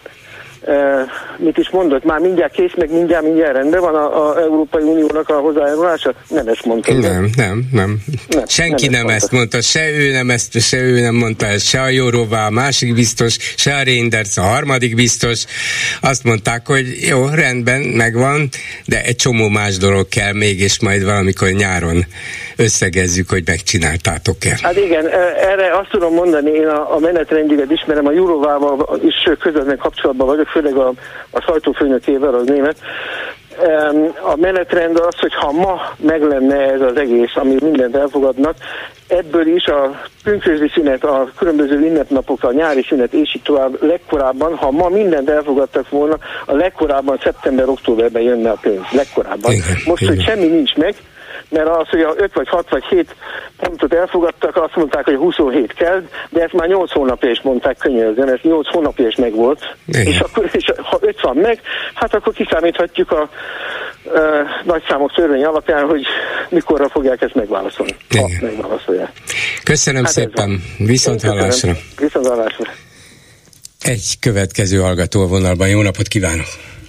Mit is mondott? Már mindjárt kész, meg mindjárt mindjárt rendben van a, a Európai Uniónak a hozzájárulása? Nem ezt mondta. Nem, nem, nem. nem Senki nem, nem ezt mondta. Se ő nem ezt, se ő nem mondta ezt, se a Jourová, a másik biztos, se a Reinders, a harmadik biztos. Azt mondták, hogy jó, rendben, megvan, de egy csomó más dolog kell még, és majd valamikor nyáron összegezzük, hogy megcsináltátok-e. Hát igen, erre azt tudom mondani, én a, a menetrendjüket ismerem, a Jourovával is közvetlen kapcsolatban vagyok, főleg a, a sajtófőnökével, az német. A menetrend az, hogy ha ma meg lenne ez az egész, ami mindent elfogadnak, ebből is a pünkösdi szünet, a különböző ünnepnapok, a nyári szünet és így tovább legkorábban, ha ma mindent elfogadtak volna, a legkorábban szeptember-októberben jönne a pénz. Legkorábban. Igen, Most, igen. hogy semmi nincs meg, mert az, hogy a öt vagy hat vagy hét pontot elfogadtak, azt mondták, hogy huszonhét kell, de ezt már nyolc hónapja is mondták könyörzen, ez nyolc hónapja is megvolt. És, akkor, és ha öt van meg, hát akkor kiszámíthatjuk a uh, nagyszámok törvény alapján, hogy mikorra fogják ezt megválaszolni. Ha megválaszolják. Köszönöm hát szépen, viszont hallásra. Viszont hallásra. Egy következő hallgató a vonalban, jó napot kívánok!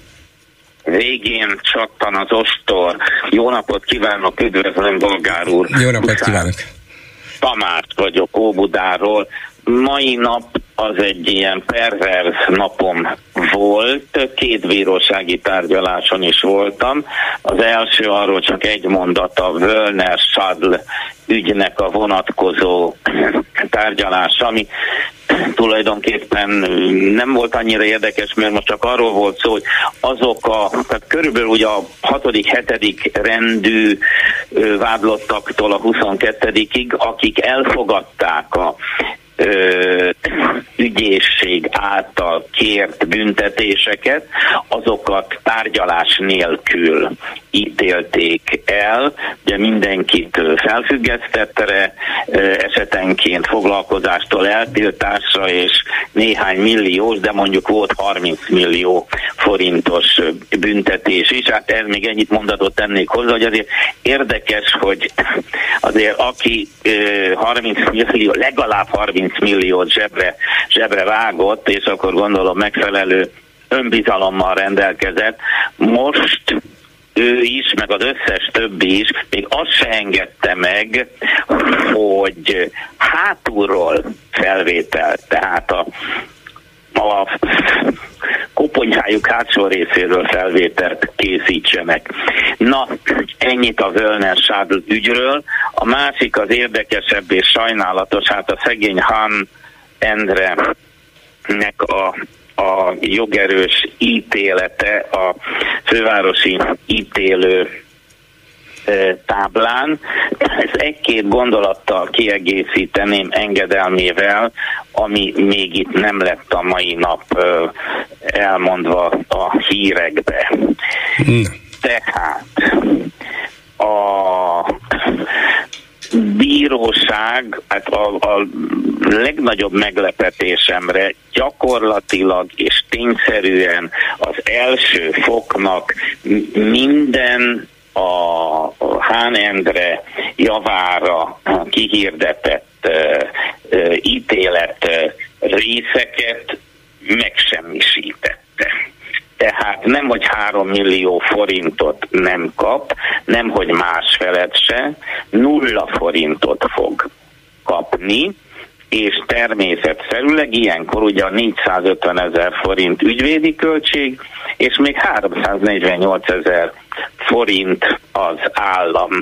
Végén csattan az ostor. Jó napot kívánok, üdvözlöm, Bolgár úr. Jó napot kívánok. Tamárt vagyok Óbudáról. Mai nap az egy ilyen perverz napom volt. Két bírósági tárgyaláson is voltam. Az első arról csak egy mondat, a Völner-Schadl ügynek a vonatkozó tárgyalás, ami tulajdonképpen nem volt annyira érdekes, mert most csak arról volt szó, hogy azok a, tehát körülbelül ugye a hatodik, hetedik rendű vádlottaktól a huszonkettedikig, akik elfogadták a Ö, ügyészség által kért büntetéseket, azokat tárgyalás nélkül ítélték el, ugye mindenkit felfüggesztettre, esetenként foglalkozástól eltiltásra, és néhány milliós, de mondjuk volt harminc millió forintos büntetés is. Hát ez még ennyit mondatot tennék hozzá, hogy azért érdekes, hogy azért aki harminc millió, legalább harminc milliót zsebre, zsebre vágott, és akkor gondolom megfelelő önbizalommal rendelkezett, most ő is, meg az összes többi is még azt se engedte meg, hogy hátulról felvétel, tehát a a koponyájuk hátsó részéről felvételt készítsenek. Na, ennyit a Völner Sádl ügyről. A másik az érdekesebb és sajnálatos, hát a szegény Hán Endre-nek a, a jogerős ítélete a fővárosi ítélő táblán. Ezt egy-két gondolattal kiegészíteném engedelmével, ami még itt nem lett a mai nap elmondva a hírekbe. Mm. Tehát a bíróság, hát a, a legnagyobb meglepetésemre gyakorlatilag és tényszerűen az első foknak minden a Hán Endre javára kihirdetett uh, uh, ítélet uh, részeket megsemmisítette. Tehát nem, hogy három millió forintot nem kap, nem, hogy másfelet se, nulla forintot fog kapni, és természetszerűleg ilyenkor ugye a négyszázötven ezer forint ügyvédi költség, és még háromszáznegyvennyolc ezer forint az államnak.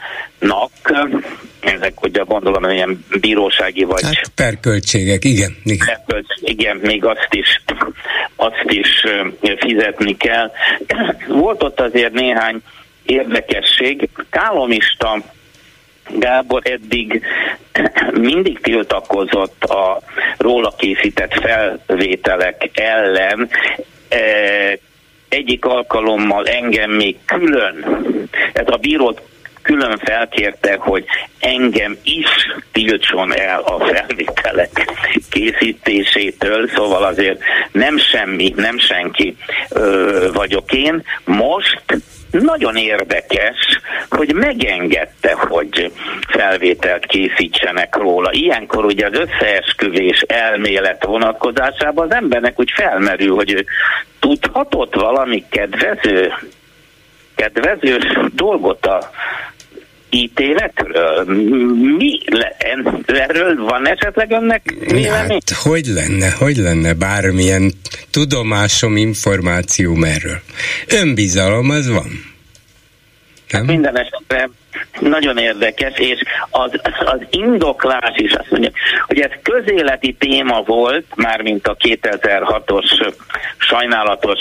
Ezek ugye gondolom ilyen bírósági vagy... Hát per költségek, igen. Igen, per költség, igen, még azt is, azt is fizetni kell. Volt ott azért néhány érdekesség. Kálomista Gábor eddig mindig tiltakozott a róla készített felvételek ellen. Egyik alkalommal engem még külön, ez a bírót külön felkérte, hogy engem is tiltson el a felvételek készítésétől, szóval azért nem semmi, nem senki ö, vagyok én. Most nagyon érdekes, hogy megengedte, hogy felvételt készítsenek róla. Ilyenkor ugye az összeesküvés elmélet vonatkozásában az embernek úgy felmerül, hogy ő tudhatott valami kedvező, kedvezős dolgot a ítéletről? Mi le, erről van esetleg önnek vélemény? Hát, hogy lenne, hogy lenne bármilyen tudomásom, információm erről? Önbizalom az van. Hát minden esetre nagyon érdekes, és az, az indoklás is azt mondja, hogy ez közéleti téma volt, mármint a kétezer-hatos sajnálatos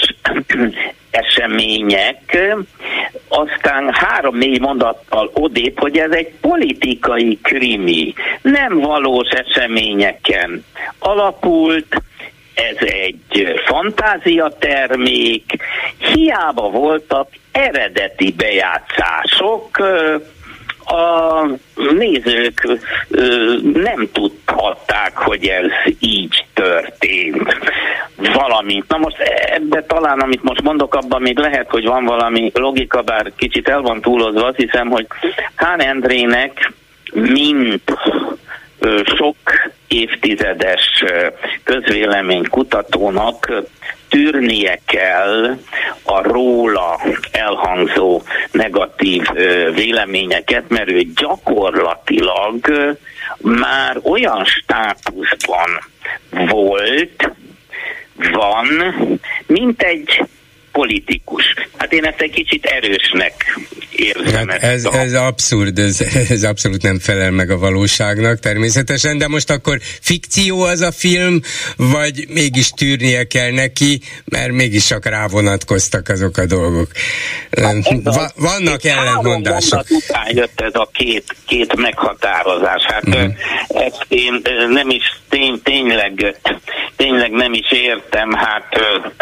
események, aztán három-négy mondattal odébb, hogy ez egy politikai krimi, nem valós eseményeken alapult, ez egy fantáziatermék, hiába voltak eredeti bejátszások, a nézők nem tudhatták, hogy ez így történt. Valamint. Na most ebbe talán, amit most mondok, abban még lehet, hogy van valami logika, bár kicsit el van túlozva, azt hiszem, hogy Hán Endrének mint sok évtizedes közvélemény kutatónak tűrnie kell a róla elhangzó negatív véleményeket, mert ő gyakorlatilag már olyan státuszban volt, van, mint egy politikus. Hát én ezt egy kicsit erősnek érzem hát ez, ez abszurd, ez, ez abszolút nem felel meg a valóságnak természetesen, de most akkor fikció az a film, vagy mégis tűrnie kell neki, mert mégis csak rávonatkoztak azok a dolgok. Va, vannak ellentmondások. Után jött ez a két, két meghatározás. Hát uh-huh. ezt én nem is tény, tényleg, tényleg nem is értem. Hát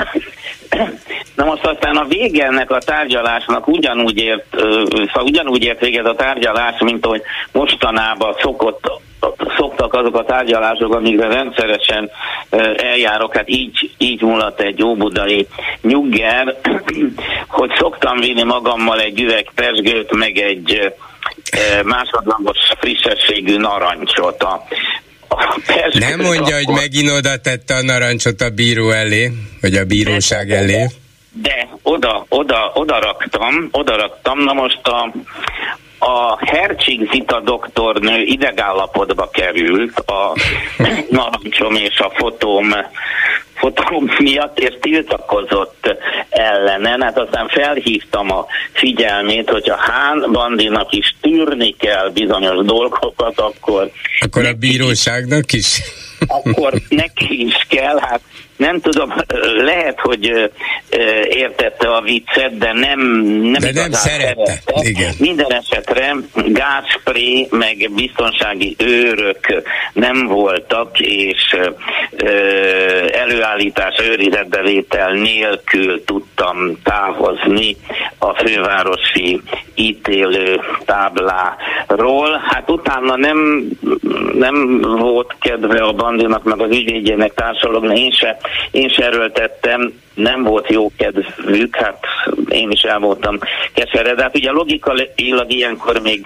na most aztán a vége ennek a tárgyalásnak ugyanúgy ért, szóval ugyanúgy ért véget a tárgyalás, mint hogy mostanában szokott szoktak azok a tárgyalások, amikre rendszeresen eljárok, hát így, így múlott egy óbudai nyugger, hogy szoktam vinni magammal egy üveg pezsgőt, meg egy másodlagos frissességű narancsot. A, a Nem mondja, akkor... hogy megint oda tette a narancsot a bíró elé, vagy a bíróság elé. De oda, oda, oda raktam, oda raktam, na most a A Hercsik Zita doktornő idegállapotba került a narancsom és a fotóm, fotóm miatt, és tiltakozott ellene. Hát aztán felhívtam a figyelmét, hogy a Hán Bandinak is tűrni kell bizonyos dolgokat, akkor... Akkor a bíróságnak is? Akkor neki is kell, hát nem tudom, lehet, hogy értette a viccet, de nem, nem de nem szerette. Igen. Minden esetre gázspré meg biztonsági őrök nem voltak, és előállítás, őrizetbevétel nélkül tudtam távozni a fővárosi ítélő tábláról. Hát utána nem, nem volt kedve a Bandinak, meg az ügyvédjének társalogni, én se, én se erőltettem, nem volt jó kedvük, hát én is el voltam keserre, de hát ugye logikailag ilyenkor még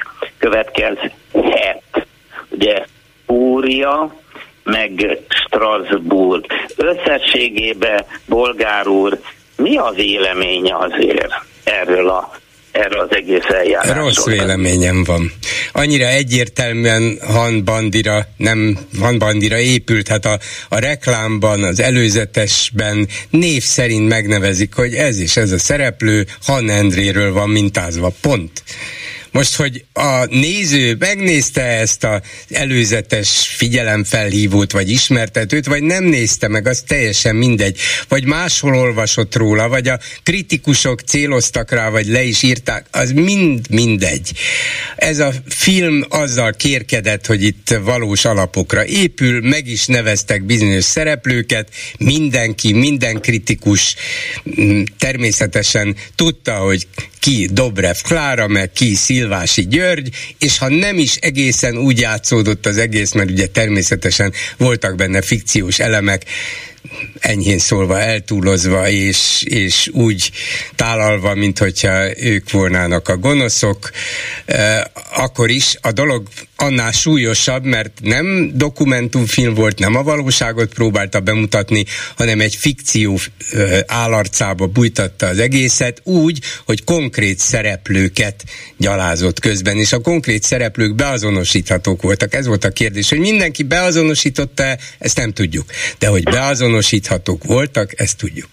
következhet, ugye Fúria, meg Strasbourg. Összességében, Bolgár úr, mi a véleménye azért erről a erről az egész eljárásról? Rossz véleményem van. Annyira egyértelműen Han Bandira, nem Han Bandira épült, hát a, a reklámban, az előzetesben név szerint megnevezik, hogy ez is, ez a szereplő Han Endréről van mintázva, pont. Most, hogy a néző megnézte ezt az előzetes figyelemfelhívót, vagy ismertetőt, vagy nem nézte meg, az teljesen mindegy. Vagy máshol olvasott róla, vagy a kritikusok céloztak rá, vagy le is írták, az mind mindegy. Ez a film azzal kérkedett, hogy itt valós alapokra épül, meg is neveztek bizonyos szereplőket, mindenki, minden kritikus természetesen tudta, hogy ki Dobrev Klára, meg ki Szilvási György, és ha nem is egészen úgy játszódott az egész, mert ugye természetesen voltak benne fikciós elemek, enyhén szólva eltúlozva, és, és úgy tálalva, mint hogyha ők volnának a gonoszok, eh, akkor is a dolog annál súlyosabb, mert nem dokumentumfilm volt, nem a valóságot próbálta bemutatni, hanem egy fikció eh, állarcába bújtatta az egészet úgy, hogy konkrét szereplőket gyalázott közben, és a konkrét szereplők beazonosíthatók voltak. Ez volt a kérdés, hogy mindenki beazonosította, ezt nem tudjuk. De hogy beazonosíthatók voltak, ezt tudjuk.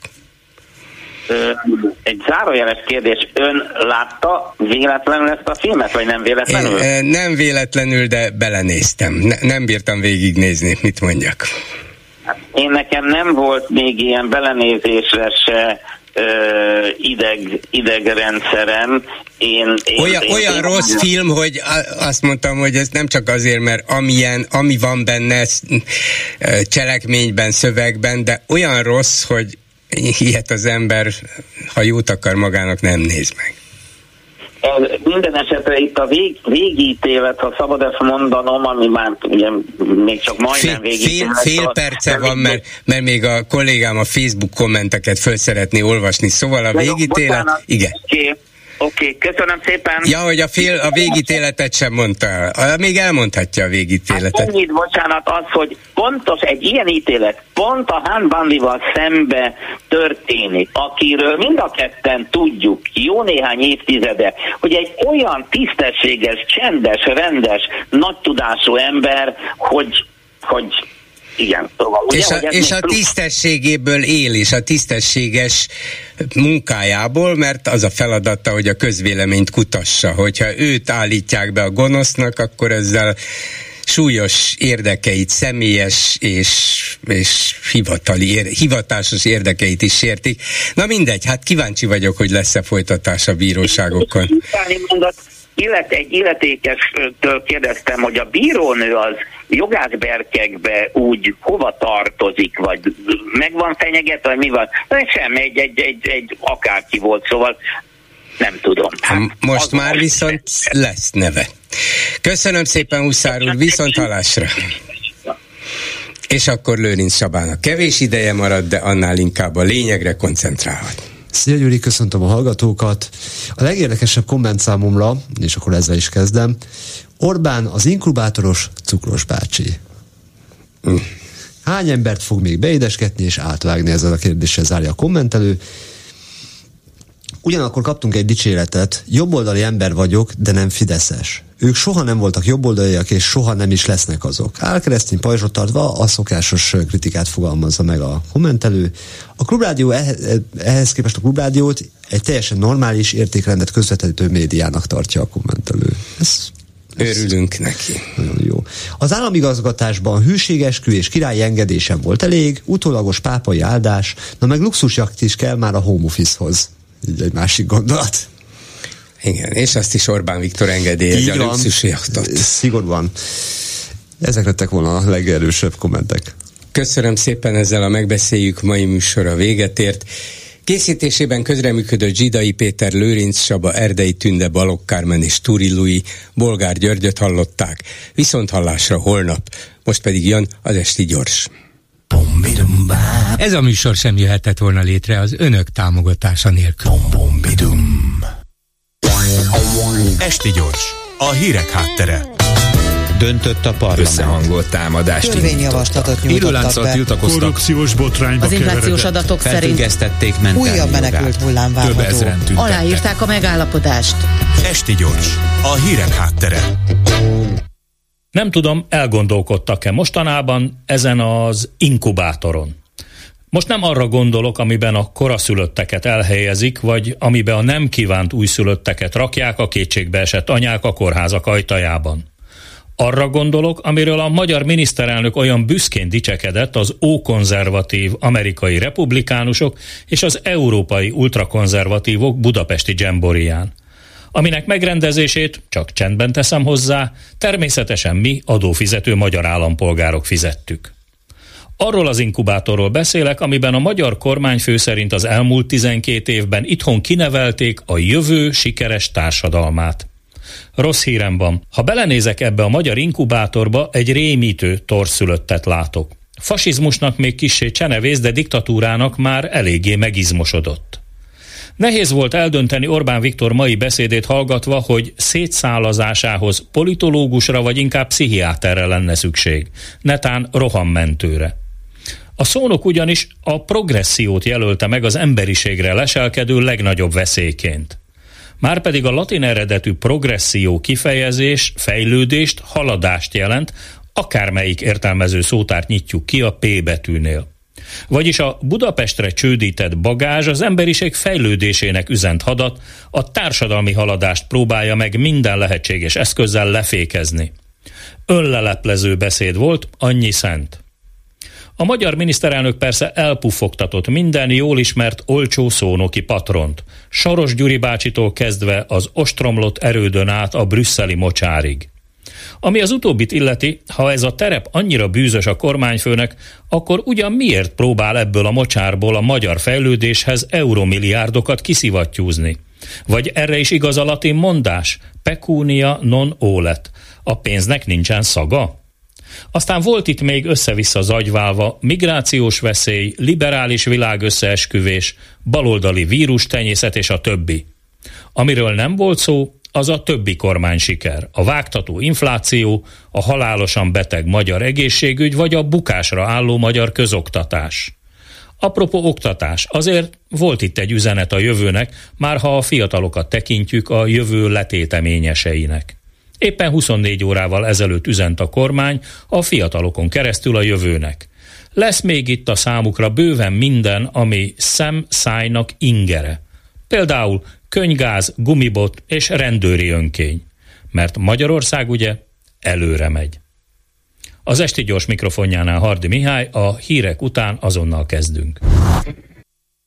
Egy zárójeles kérdés. Ön látta véletlenül ezt a filmet, vagy nem véletlenül? Én, nem véletlenül, de belenéztem. Ne, nem bírtam végignézni, mit mondjak. Én nekem nem volt még ilyen belenézésre se ö, ideg, idegrendszerem. Én, én, olyan én, olyan én, rossz én, film, hogy azt mondtam, hogy ez nem csak azért, mert amilyen, ami van benne cselekményben, szövegben, de olyan rossz, hogy ilyet az ember, ha jót akar magának, nem néz meg. Minden esetre itt a vég, végítélet, ha szabad ezt mondanom, ami már ugye még csak majdnem végítélet. Fél, fél perce van, mert, mert még a kollégám a Facebook kommenteket föl szeretné olvasni, szóval a végítélet, igen. Okay. Oké, okay, köszönöm szépen. Ja, hogy a, fél, a végítéletet sem mondta el. Még elmondhatja a végítéletet. Hát ennyit, bocsánat, az, hogy pontos egy ilyen ítélet pont a Han Bandival szembe történik, akiről mind a ketten tudjuk, jó néhány évtizede, hogy egy olyan tisztességes, csendes, rendes, nagy tudású ember, hogy, hogy igen. Szóval, ugye, és a, és a tisztességéből él, és a tisztességes munkájából, mert az a feladata, hogy a közvéleményt kutassa. Hogyha őt állítják be a gonosznak, akkor ezzel súlyos érdekeit, személyes és, és hivatali, ér, hivatásos érdekeit is sértik. Na mindegy, hát kíváncsi vagyok, hogy lesz-e folytatás a bíróságokon. Illet, egy illetékestől kérdeztem, hogy a bírónő az jogászberkekbe úgy hova tartozik, vagy meg van fenyeget, vagy mi van? De semmi, egy, egy, egy, egy akárki volt, szóval nem tudom. Hát, most már viszont lesz neve. Köszönöm szépen, Huszár úr, viszont hallásra. És akkor Lőrinc Csabának kevés ideje marad, de annál inkább a lényegre koncentrálhat. Szia Gyuri, köszöntöm a hallgatókat. A legérdekesebb komment számomra, és akkor ezzel is kezdem, Orbán az inkubátoros cukros bácsi. Mm. Hány embert fog még beédesgetni és átvágni, ezzel a kérdéssel zárja a kommentelő. Ugyanakkor kaptunk egy dicséretet, jobboldali ember vagyok, de nem fideszes. Ők soha nem voltak jobboldaliak, és soha nem is lesznek azok. Álkeresztény pajzsot tartva a szokásos kritikát fogalmazza meg a kommentelő. A Klubrádió ehhez képest a Klubrádiót egy teljesen normális értékrendet közvetítő médiának tartja a kommentelő. Ez, ez örülünk neki. Nagyon jó. Az államigazgatásban hűségeskü és királyi engedésem volt elég, utólagos pápai áldás, na meg luxusjakt is kell már a home office-hoz. Így egy másik gondolat. Igen, és azt is Orbán Viktor engedélyezi, a luxusjachtot. Szigorúan. Ezek lettek volna a legerősebb kommentek. Köszönöm szépen, ezzel a megbeszéljük mai műsora véget ért. Készítésében közreműködött Zsidai Péter, Lőrinc Csaba, Erdei Tünde, Balogh Kármen és Túri Lui, Bolgár Györgyöt hallották. Viszont hallásra holnap. Most pedig jön az Esti Gyors. Ez a műsor sem jöhetett volna létre az önök támogatása nélkül. Esti Gyors, a hírek háttere. Döntött a parlament. Összehangolt támadást törvényjavaslatot nyújtottak be. Korrupciós botrányba az inflációs adatok szerint újabb menekült hullám várható. Aláírták a megállapodást. Esti Gyors, a hírek háttere. Nem tudom, elgondolkodtak-e mostanában ezen az inkubátoron. Most nem arra gondolok, amiben a koraszülötteket elhelyezik, vagy amiben a nem kívánt újszülötteket rakják a kétségbeesett anyák a kórházak ajtajában. Arra gondolok, amiről a magyar miniszterelnök olyan büszkén dicsekedett az ókonzervatív amerikai republikánusok és az európai ultrakonzervatívok budapesti dzsemborián, aminek megrendezését, csak csendben teszem hozzá, természetesen mi, adófizető magyar állampolgárok fizettük. Arról az inkubátorról beszélek, amiben a magyar kormányfő szerint az elmúlt tizenkét évben itthon kinevelték a jövő sikeres társadalmát. Rossz hírem van. Ha belenézek ebbe a magyar inkubátorba, egy rémítő torszülöttet látok. Fasizmusnak még kissé csenevész, de diktatúrának már eléggé megizmosodott. Nehéz volt eldönteni Orbán Viktor mai beszédét hallgatva, hogy szétszálazásához politológusra vagy inkább pszichiáterre lenne szükség, netán rohammentőre. A szónok ugyanis a progressziót jelölte meg az emberiségre leselkedő legnagyobb veszélyként. Márpedig a latin eredetű progresszió kifejezés fejlődést, haladást jelent, akármelyik értelmező szótárt nyitjuk ki a P betűnél. Vagyis a Budapestre csődített bagázs az emberiség fejlődésének üzent hadat, a társadalmi haladást próbálja meg minden lehetséges eszközzel lefékezni. Önleleplező beszéd volt, annyi szent. A magyar miniszterelnök persze elpuffogtatott minden jól ismert olcsó szónoki patront, Soros Gyuri bácsitól kezdve az ostromlott erődön át a brüsszeli mocsárig. Ami az utóbbit illeti, ha ez a terep annyira bűzös a kormányfőnek, akkor ugyan miért próbál ebből a mocsárból a magyar fejlődéshez euromilliárdokat kiszivattyúzni? Vagy erre is igaz a latin mondás, pecunia non olet, a pénznek nincsen szaga? Aztán volt itt még össze-vissza zagyválva migrációs veszély, liberális világösszeesküvés, baloldali vírustenyészet és a többi. Amiről nem volt szó, az a többi kormány siker, a vágtató infláció, a halálosan beteg magyar egészségügy vagy a bukásra álló magyar közoktatás. Apropó oktatás, azért volt itt egy üzenet a jövőnek, már ha a fiatalokat tekintjük a jövő letéteményeseinek. Éppen huszonnégy órával ezelőtt üzent a kormány a fiatalokon keresztül a jövőnek. Lesz még itt a számukra bőven minden, ami szem-szájnak ingere. Például könygáz, gumibot és rendőri önkény. Mert Magyarország ugye előre megy. Az Esti Gyors mikrofonjánál Hardi Mihály, a hírek után azonnal kezdünk.